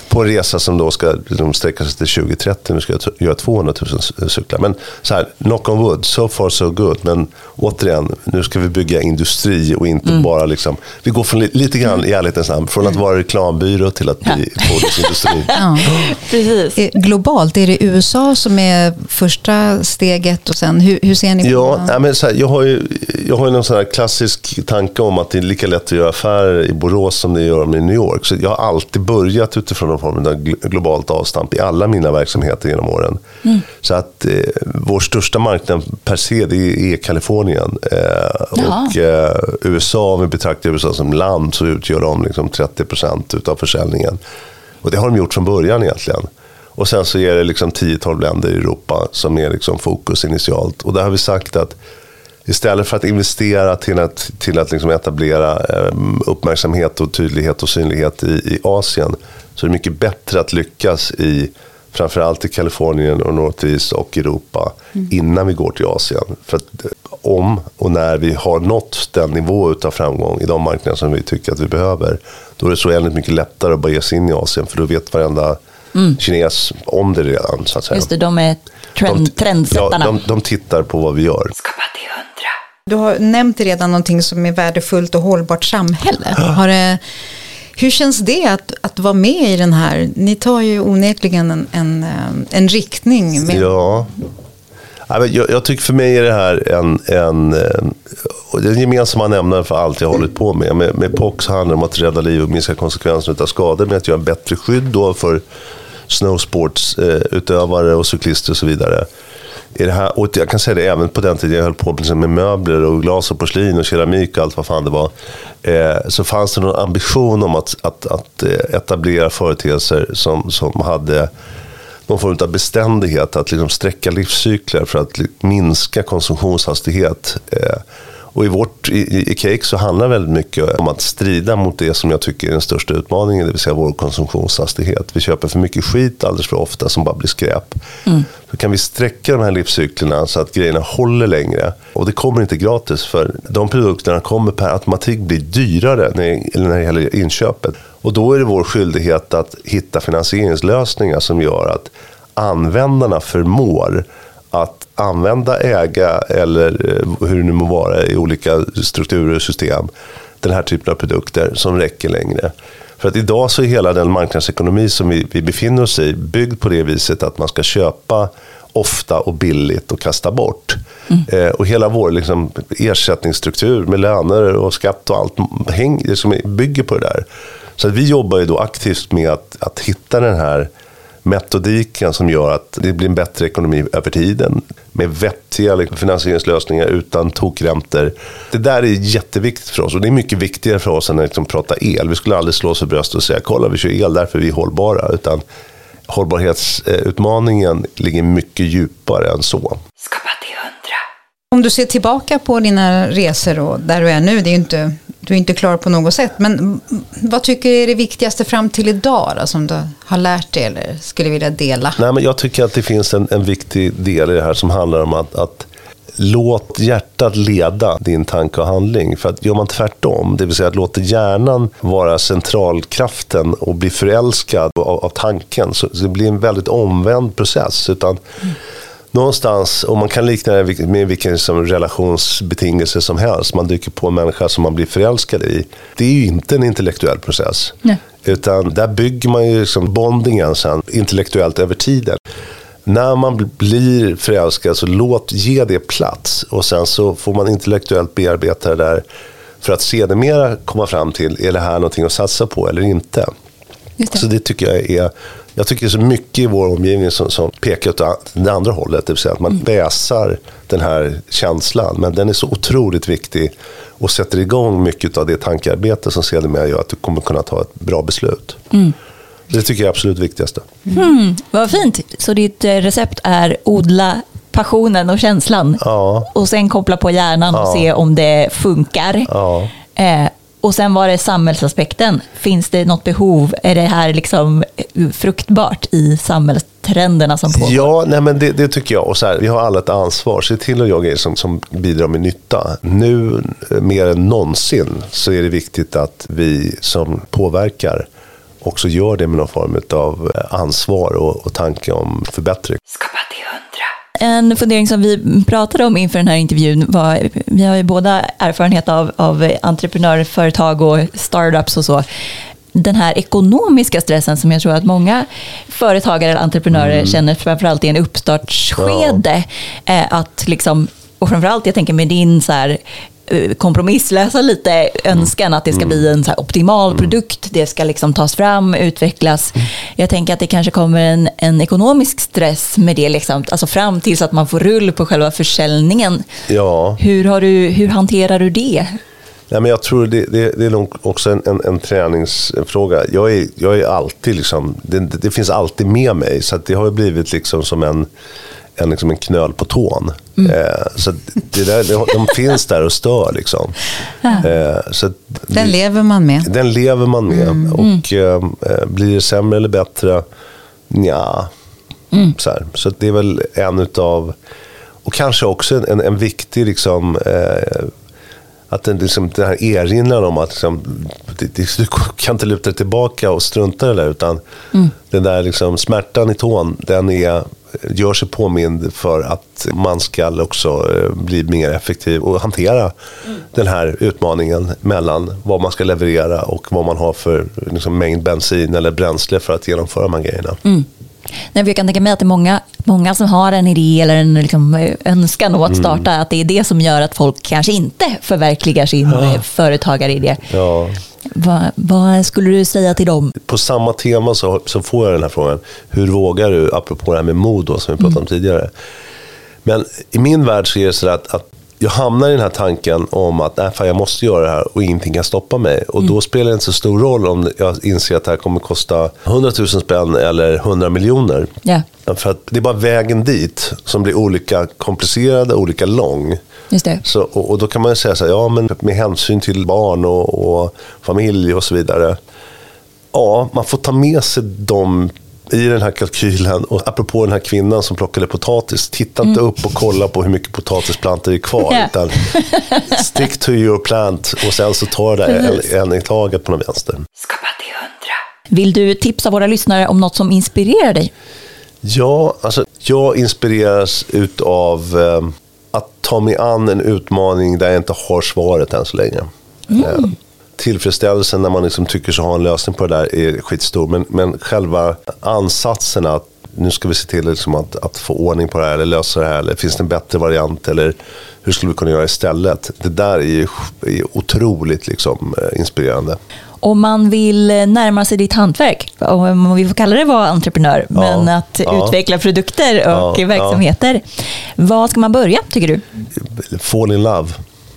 på en resa som då ska sträcka sig till 2030. Nu ska jag göra 200 000 cyklar. Men så här, knock on wood, so far so good. Men återigen, nu ska vi bygga industri och inte bara liksom, vi går från lite grann i ärlighetens namn, från att vara reklambyrå till att bli fordonsindustri. Ja. Precis. Globalt, är det USA som är första steget och sen hur ser ni på? Ja, men så här, jag har ju någon sån här klassisk tanke om att det är lika lätt att göra affärer i Borås som det gör i New York. Så jag har alltid börjat utifrån någon form av globalt avstamp i alla mina verksamheter genom åren. Så att vår största marknad per se, det är Kalifornien. Och USA, om vi betraktar USA som land, så utgör de liksom 30% utav försäljningen. Och det har de gjort från början egentligen. Och sen så är det liksom 10-12 länder i Europa som är liksom fokus initialt. Och där har vi sagt att istället för att investera till att liksom etablera uppmärksamhet och tydlighet och synlighet i Asien, så är det mycket bättre att lyckas framförallt i Kalifornien och Northeast och Europa innan vi går till Asien. För att om och när vi har nått den nivå av framgång i de marknader som vi tycker att vi behöver, då är det så väldigt mycket lättare att bara ge sig in i Asien, för då vet varenda kines om det redan, så att säga. Just det, de är trendsättarna. Ja, de tittar på vad vi gör. Skapa till 100. Du har nämnt redan någonting som är värdefullt och hållbart samhälle. Hur känns det att vara med i den här? Ni tar ju onekligen en riktning. Med... Ja. Jag tycker för mig är det här en gemensamma nämnare för allt jag har hållit på med. Med POC handlar det om att rädda liv och minska konsekvenserna av skador, med att göra en bättre skydd då för snowsportsutövare och cyklister och så vidare. I det här, och jag kan säga det även på den tiden jag höll på med möbler och glas och porslin och keramik och allt vad fan det var, så fanns det någon ambition om att etablera företeelser som hade någon form av beständighet, att liksom sträcka livscykler för att minska konsumtionshastighet. Och i Cake så handlar väldigt mycket om att strida mot det som jag tycker är den största utmaningen, det vill säga vår konsumtionshastighet. Vi köper för mycket skit alldeles för ofta som bara blir skräp. Så kan vi sträcka de här livscyklerna så att grejerna håller längre. Och det kommer inte gratis, för de produkterna kommer per automatik bli dyrare när det gäller inköpet. Och då är det vår skyldighet att hitta finansieringslösningar som gör att användarna förmår att använda, äga eller hur det nu må vara i olika strukturer och system, den här typen av produkter som räcker längre. För att idag så är hela den marknadsekonomi som vi befinner oss i byggd på det viset att man ska köpa ofta och billigt och kasta bort. Och hela vår liksom ersättningsstruktur med löner och skatt och allt som bygger på det där. Så att vi jobbar ju då aktivt med att hitta den här metodiken som gör att det blir en bättre ekonomi över tiden med vettiga finansieringslösningar utan tokräntor. Det där är jätteviktigt för oss, och det är mycket viktigare för oss än att liksom prata el. Vi skulle aldrig slå oss för bröstet och säga kolla, vi kör el därför vi är hållbara, utan hållbarhetsutmaningen ligger mycket djupare än så. Skapa till 100. Om du ser tillbaka på dina resor och där du är nu, det är ju inte, du är inte klar på något sätt, men vad tycker du är det viktigaste fram till idag då, som du har lärt dig eller skulle vilja dela? Nej, men jag tycker att det finns en viktig del i det här som handlar om att låt hjärtat leda din tanke och handling. För att gör man tvärtom, det vill säga att låta hjärnan vara centralkraften och bli förälskad av tanken, så det blir en väldigt omvänd process. Utan någonstans, och man kan likna det med vilken relationsbetingelse som helst, man dyker på en människa som man blir förälskad i. Det är ju inte en intellektuell process. Nej. Utan där bygger man ju liksom bondingen sen intellektuellt över tiden. När man blir förälskad så ge det plats, och sen så får man intellektuellt bearbeta det där för att sedermera komma fram till, är det här någonting att satsa på eller inte? Så det tycker jag tycker det är så mycket i vår omgivning som pekar åt det andra hållet, det vill säga att man väsar den här känslan, men den är så otroligt viktig och sätter igång mycket av det tankearbete som sedermera gör att du kommer kunna ta ett bra beslut. Det tycker jag är absolut viktigaste. Vad fint. Så ditt recept är odla passionen och känslan. Ja. Och sen koppla på hjärnan och se om det funkar. Ja. Och sen var det samhällsaspekten. Finns det något behov? Är det här liksom fruktbart i samhällstrenderna som pågår? Ja, nej, men det tycker jag. Och så här, vi har alla ett ansvar. Se till att göra grejer som bidrar med nytta. Nu mer än någonsin så är det viktigt att vi som påverkar också gör det med någon form av ansvar och tanke om förbättring. Skapa till 100. En fundering som vi pratade om inför den här intervjun var, vi har ju båda erfarenhet av entreprenörföretag och startups och så. Den här ekonomiska stressen som jag tror att många företagare eller entreprenörer känner framförallt i en uppstartsskede. Att liksom, och framförallt jag tänker med din så här kompromisslösa lite önskan att det ska bli en så här optimal produkt, det ska liksom tas fram, utvecklas. Jag tänker att det kanske kommer en ekonomisk stress med det liksom, alltså fram tills att man får rull på själva försäljningen. Ja. Hur hanterar du det? Nej, men jag tror det är nog också en träningsfråga. Jag är alltid liksom, det finns alltid med mig, så att det har blivit liksom som en knöl på tån. Så det där, de finns där och stör liksom. Så den lever man med. Den lever man med. Och blir det sämre eller bättre? Ja. Så det är väl en utav, och kanske också en viktig liksom, att den här erinran om att liksom, du kan inte luta dig tillbaka och strunta i det där, utan den där liksom, smärtan i tån, den gör sig påmind för att man ska också bli mer effektiv och hantera den här utmaningen mellan vad man ska leverera och vad man har för liksom, mängd bensin eller bränsle för att genomföra de här grejerna. Nej, jag kan tänka mig att det är många som har en idé eller en liksom, önskan om att starta, att det är det som gör att folk kanske inte förverkligar sin företagaridé. Ja. Vad skulle du säga till dem? På samma tema så får jag den här frågan. Hur vågar du, apropå det här med mod då, som vi pratade om tidigare. Men i min värld så är det så att jag hamnar i den här tanken om att jag måste göra det här och ingenting kan stoppa mig. Och då spelar det inte så stor roll om jag inser att det här kommer kosta 100 000 spänn eller 100 miljoner. Yeah. För att det är bara vägen dit som blir olika komplicerad och olika lång. Just det. Så, och då kan man säga så här, ja, men med hänsyn till barn och familj och så vidare. Ja, man får ta med sig dem i den här kalkylen. Och apropå den här kvinnan som plockade potatis, titta inte upp och kolla på hur mycket potatisplantor är kvar, utan stick to your plant och sen så tar det en i taget på den vänster. Skapa till 100. Vill du tipsa våra lyssnare om något som inspirerar dig? Ja, alltså jag inspireras utav att ta mig an en utmaning där jag inte har svaret än så länge. Tillfredsställelsen när man liksom tycker sig ha en lösning på det där är skitstor. Men själva ansatsen att nu ska vi se till liksom att få ordning på det här eller lösa det här, eller finns det en bättre variant, eller hur skulle vi kunna göra istället? Det där är otroligt liksom, inspirerande. Om man vill närma sig ditt hantverk, om vi får kalla det vara entreprenör, men att utveckla produkter och verksamheter. Vad ska man börja, tycker du? Fall in love.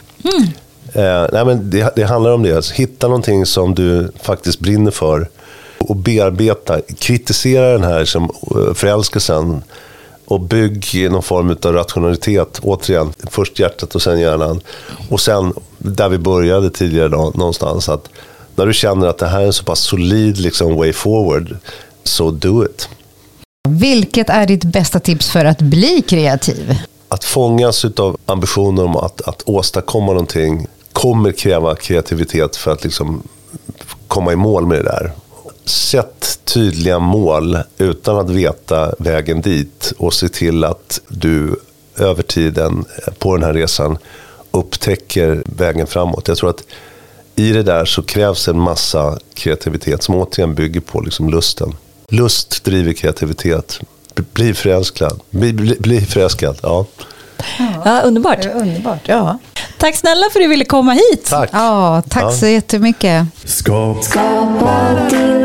Nej, men det handlar om det. Alltså, hitta någonting som du faktiskt brinner för och bearbeta. Kritisera den här som förälskelsen och bygg någon form av rationalitet. Återigen, först hjärtat och sen hjärnan. Och sen, där vi började tidigare någonstans, att när du känner att det här är en så pass solid liksom, way forward, så do it. Vilket är ditt bästa tips för att bli kreativ? Att fångas av ambitioner om att åstadkomma någonting kommer kräva kreativitet för att liksom komma i mål med det där. Sätt tydliga mål utan att veta vägen dit och se till att du över tiden på den här resan upptäcker vägen framåt. Jag tror att i det där så krävs en massa kreativitet som återigen bygger på liksom lusten. Lust driver kreativitet. Bli förälskad. Bli förälskad, ja. Ja, underbart. Underbart, ja. Tack snälla för att du ville komma hit. Tack. Ja, tack så jättemycket. Skapa till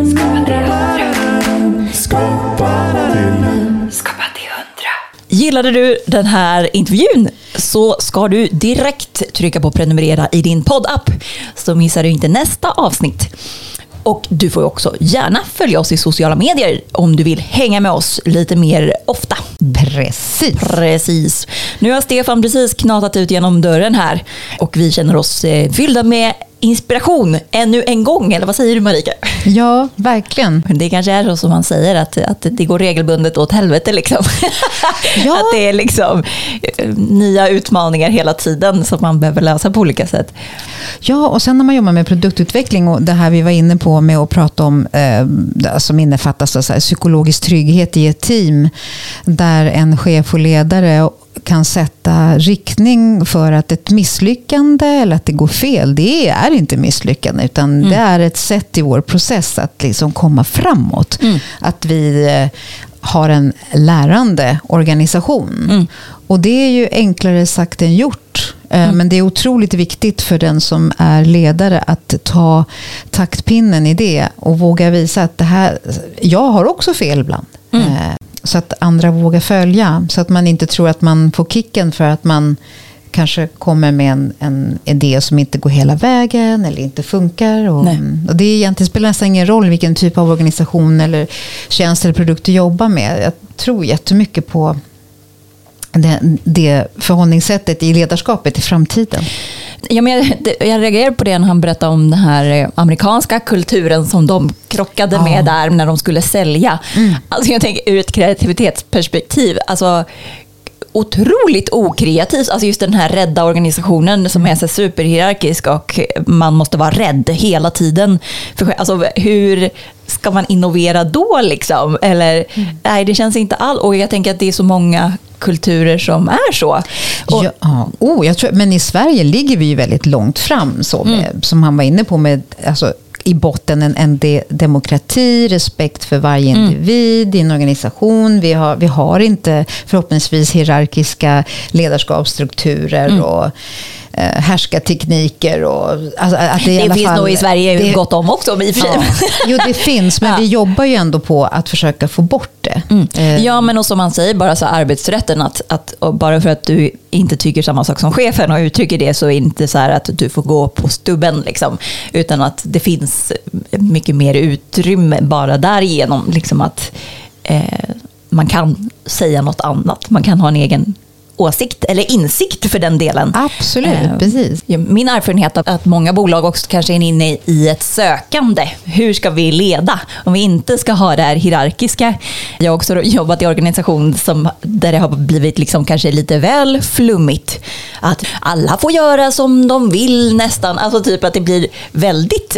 100. Skapa till 100. Gillade du den här intervjun så ska du direkt trycka på prenumerera i din poddapp, så missar du inte nästa avsnitt. Och du får också gärna följa oss i sociala medier om du vill hänga med oss lite mer ofta. Precis. Nu har Stefan precis knatat ut genom dörren här och vi känner oss fyllda med inspiration ännu en gång, eller vad säger du, Marika? Ja, verkligen. Det kanske är så som man säger, att det går regelbundet åt helvete liksom. Ja. Att det är liksom nya utmaningar hela tiden som man behöver lösa på olika sätt. Ja, och sen när man jobbar med produktutveckling och det här vi var inne på med att prata om som innefattas så här, psykologisk trygghet i ett team, där en chef och ledare kan sätta riktning för att ett misslyckande eller att det går fel, det är inte misslyckande, utan det är ett sätt i vår process att liksom komma framåt. Att vi har en lärande organisation. Och det är ju enklare sagt än gjort. Men det är otroligt viktigt för den som är ledare att ta taktpinnen i det och våga visa att det här, jag har också fel ibland. Så att andra vågar följa. Så att man inte tror att man får kicken för att man kanske kommer med en idé som inte går hela vägen eller inte funkar. Och det är egentligen spelar nästan ingen roll vilken typ av organisation eller tjänst eller produkt du jobbar med. Jag tror jättemycket på det förhållningssättet i ledarskapet i framtiden. Ja, men jag reagerar på det när han berättade om den här amerikanska kulturen som de krockade med där när de skulle sälja. Alltså jag tänker ur ett kreativitetsperspektiv, alltså otroligt okreativt, alltså just den här rädda organisationen som är så superhierarkisk och man måste vara rädd hela tiden. Alltså hur ska man innovera då liksom? Eller nej, det känns inte alls. Och jag tänker att det är så många kulturer som är så. Och, jag tror, men i Sverige ligger vi ju väldigt långt fram så med, som han var inne på med alltså i botten en demokrati, respekt för varje individ i en organisation. Vi har inte förhoppningsvis hierarkiska ledarskapsstrukturer och härskartekniker och alltså, att det finns fall, nog i Sverige gott om också i och för sig. Jo, det finns, men vi jobbar ju ändå på att försöka få bort det. Ja, men och som man säger, bara så arbetsrätten att bara för att du inte tycker samma sak som chefen och uttrycker det, så är det inte så här att du får gå på stubben liksom, utan att det finns mycket mer utrymme bara därigenom liksom att man kan säga något annat, man kan ha en egen åsikt eller insikt för den delen. Absolut, precis. Min erfarenhet är att många bolag också kanske är inne i ett sökande. Hur ska vi leda? Om vi inte ska ha det här hierarkiska. Jag har också jobbat i organisation där det har blivit liksom kanske lite väl flummigt. Att alla får göra som de vill nästan. Alltså typ att det blir väldigt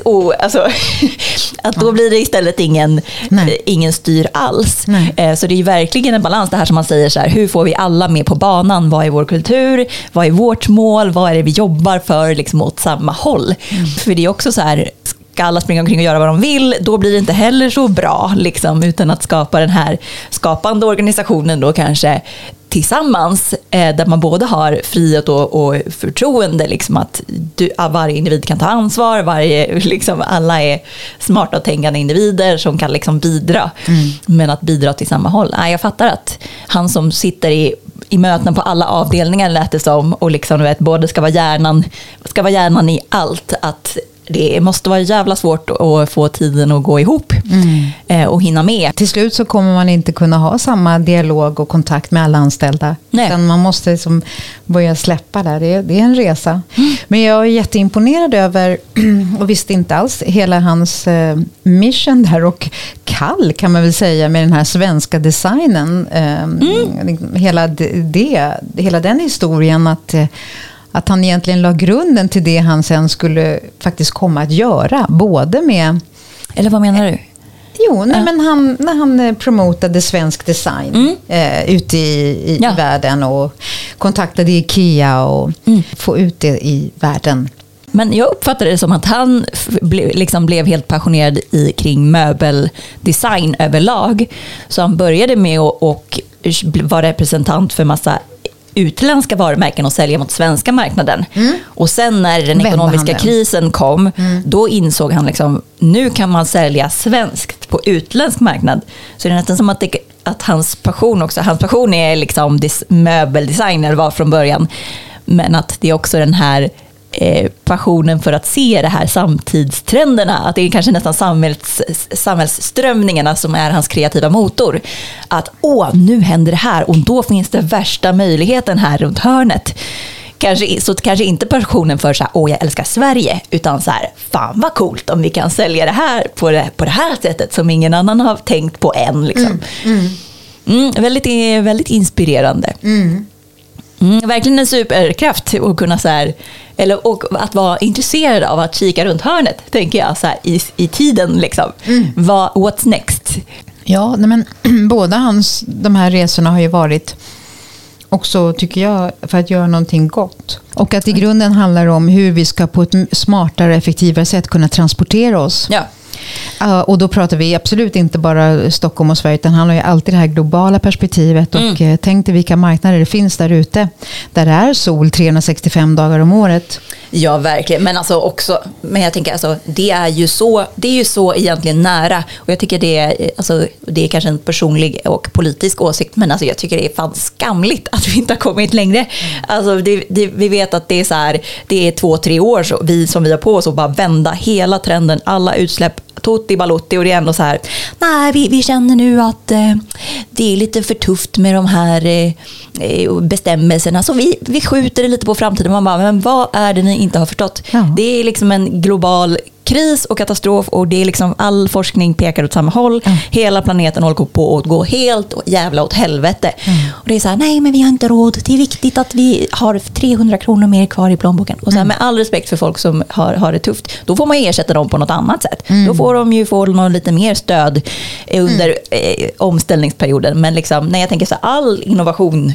att då blir det istället ingen styr alls. Så det är ju verkligen en balans, det här som man säger så här, hur får vi alla med på banan? Vad är vår kultur? Vad är vårt mål? Vad är det vi jobbar för liksom åt samma håll? För det är också så här, ska alla springa omkring och göra vad de vill, då blir det inte heller så bra liksom, utan att skapa den här skapande organisationen då kanske tillsammans, där man både har frihet och förtroende liksom, att varje individ kan ta ansvar, liksom, alla är smarta och tänkande individer som kan liksom bidra, men att bidra till samma håll. Jag fattar att han som sitter i möten på alla avdelningar lät det som, och liksom, både ska vara hjärnan i allt, att det måste vara jävla svårt att få tiden att gå ihop och hinna med. Till slut så kommer man inte kunna ha samma dialog och kontakt med alla anställda. Utan man måste liksom börja släppa där. Det är en resa. Men jag är jätteimponerad över, och visste inte alls, hela hans mission där och kall kan man väl säga med den här svenska designen. Hela den historien att han egentligen la grunden till det han sen skulle faktiskt komma att göra. Både med... Eller vad menar du? Jo, men när han promotade svensk design ute i världen och kontaktade IKEA och få ut det i världen. Men jag uppfattade det som att han blev helt passionerad kring möbeldesign överlag. Så han började med att vara representant för massa utländska varumärken och sälja mot svenska marknaden. Och sen när den ekonomiska krisen kom, då insåg han liksom, nu kan man sälja svenskt på utländsk marknad. Så det är nästan som att hans passion är liksom möbeldesigner var från början, men att det är också den här passionen för att se det här samtidstrenderna, att det är kanske nästan samhällsströmningarna som är hans kreativa motor. Att nu händer det här och då finns det värsta möjligheten här runt hörnet. kanske inte passionen för så här, jag älskar Sverige, utan så här, fan vad coolt om vi kan sälja det här på det här sättet som ingen annan har tänkt på än liksom. Väldigt inspirerande. Verkligen en superkraft att kunna så här, och att vara intresserad av att kika runt hörnet, tänker jag så här, i tiden liksom. What's next? Ja, men båda de här resorna har ju varit också, tycker jag, för att göra någonting gott. Och att i grunden handlar om hur vi ska på ett smartare, effektivare sätt kunna transportera oss. Ja. Och då pratar vi absolut inte bara Stockholm och Sverige, utan det handlar ju alltid det här globala perspektivet. Och tänk dig vilka marknader det finns där ute, där det är sol 365 dagar om året. Ja, verkligen. Men alltså också, men jag tänker alltså, det är ju så egentligen nära. Och jag tycker det är kanske en personlig och politisk åsikt, men alltså jag tycker det är fan skamligt att vi inte har kommit längre. Alltså vi vet att det är så här, det är 2-3 år så vi har på oss att bara vända hela trenden, alla utsläpp tutti balutti, och det är ändå så här, nej, vi känner nu att det är lite för tufft med de här bestämmelserna, så vi skjuter det lite på framtiden. Man bara, men vad är det ni inte har förstått? Ja. Det är liksom en global kris och katastrof, och det är liksom all forskning pekar åt samma håll. Hela planeten håller på att gå helt jävla åt helvete. Och det är så här, nej, men vi har inte råd. Det är viktigt att vi har 300 kronor mer kvar i plånboken. Och så här, med all respekt för folk som har det tufft, då får man ersätta dem på något annat sätt. Då får de ju få något lite mer stöd under omställningsperioden. Men liksom, när jag tänker så här, all innovation,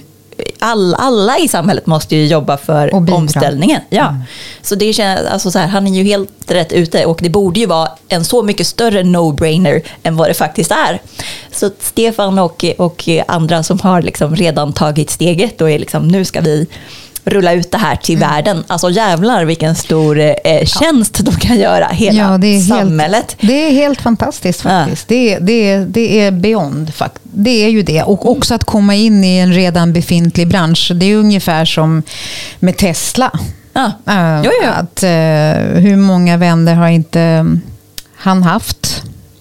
alla i samhället måste ju jobba för omställningen. Ja. Så det känns, alltså så här, han är ju helt rätt ute, och det borde ju vara en så mycket större no-brainer än vad det faktiskt är. Så Stefan och andra som har liksom redan tagit steget och är liksom, nu ska vi rulla ut det här till världen. Alltså jävlar vilken stor tjänst de kan göra hela samhället. Det är helt fantastiskt faktiskt. Ja. Det är beyond. Det är ju det. Och också att komma in i en redan befintlig bransch. Det är ungefär som med Tesla. Ja. Att, hur många vänner har inte han haft?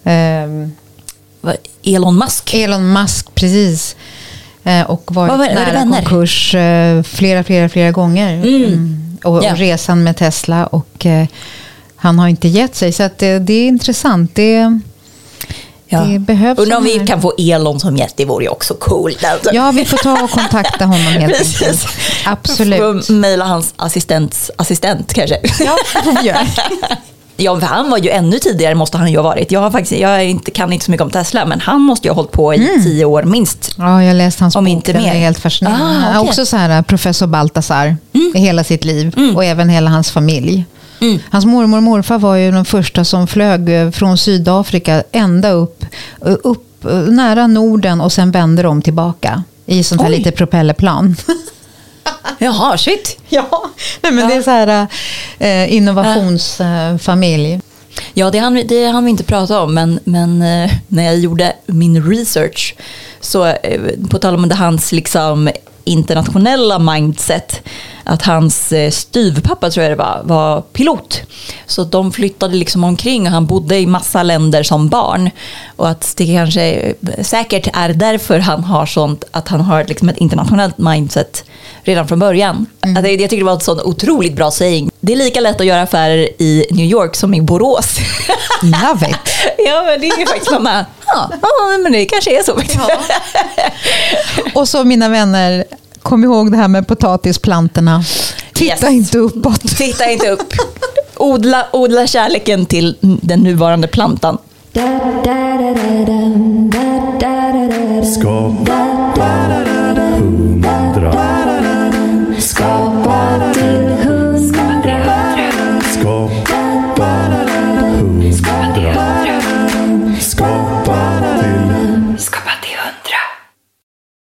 Elon Musk. Elon Musk, precis. Och varit nära konkurs flera gånger. Och resan med Tesla, och han har inte gett sig. Så att det är intressant. Det behövs. Undrar om vi kan få Elon som gäst, det vore ju också coolt. Alltså. Ja, vi får ta och kontakta honom helt enkelt. Absolut. Mejla hans assistent kanske. Ja, ja, för han var ju ännu tidigare, måste han ju ha varit. Kan inte så mycket om Tesla, men han måste ju ha hållit på i 10 år minst. Ja, jag läste hans bok, inte mer. Det är helt fascinerande. Okay. Också så här, professor Baltasar i hela sitt liv, och även hela hans familj. Hans mormor och morfar var ju de första som flög från Sydafrika ända upp nära Norden, och sen vände de tillbaka i sånt här lite propellerplan. Jaha, shit. Ja, men det är så här innovationsfamilj. Ja, det hann vi inte prata om, men när jag gjorde min research, så på tal om hans liksom internationella mindset, att hans styvpappa, tror jag det var pilot. Så de flyttade liksom omkring, och han bodde i massa länder som barn. Och att det kanske säkert är därför han har sånt, att han har liksom ett internationellt mindset redan från början. Jag tycker det var ett sånt otroligt bra saying. Det är lika lätt att göra affärer i New York som i Borås. Love it. Ja, men det är ju faktiskt mamma. Ja, men det kanske är så. Ja. Och så, mina vänner, kom ihåg det här med potatisplantorna. Titta inte uppåt. Titta inte upp. Odla kärleken till den nuvarande plantan. Skapa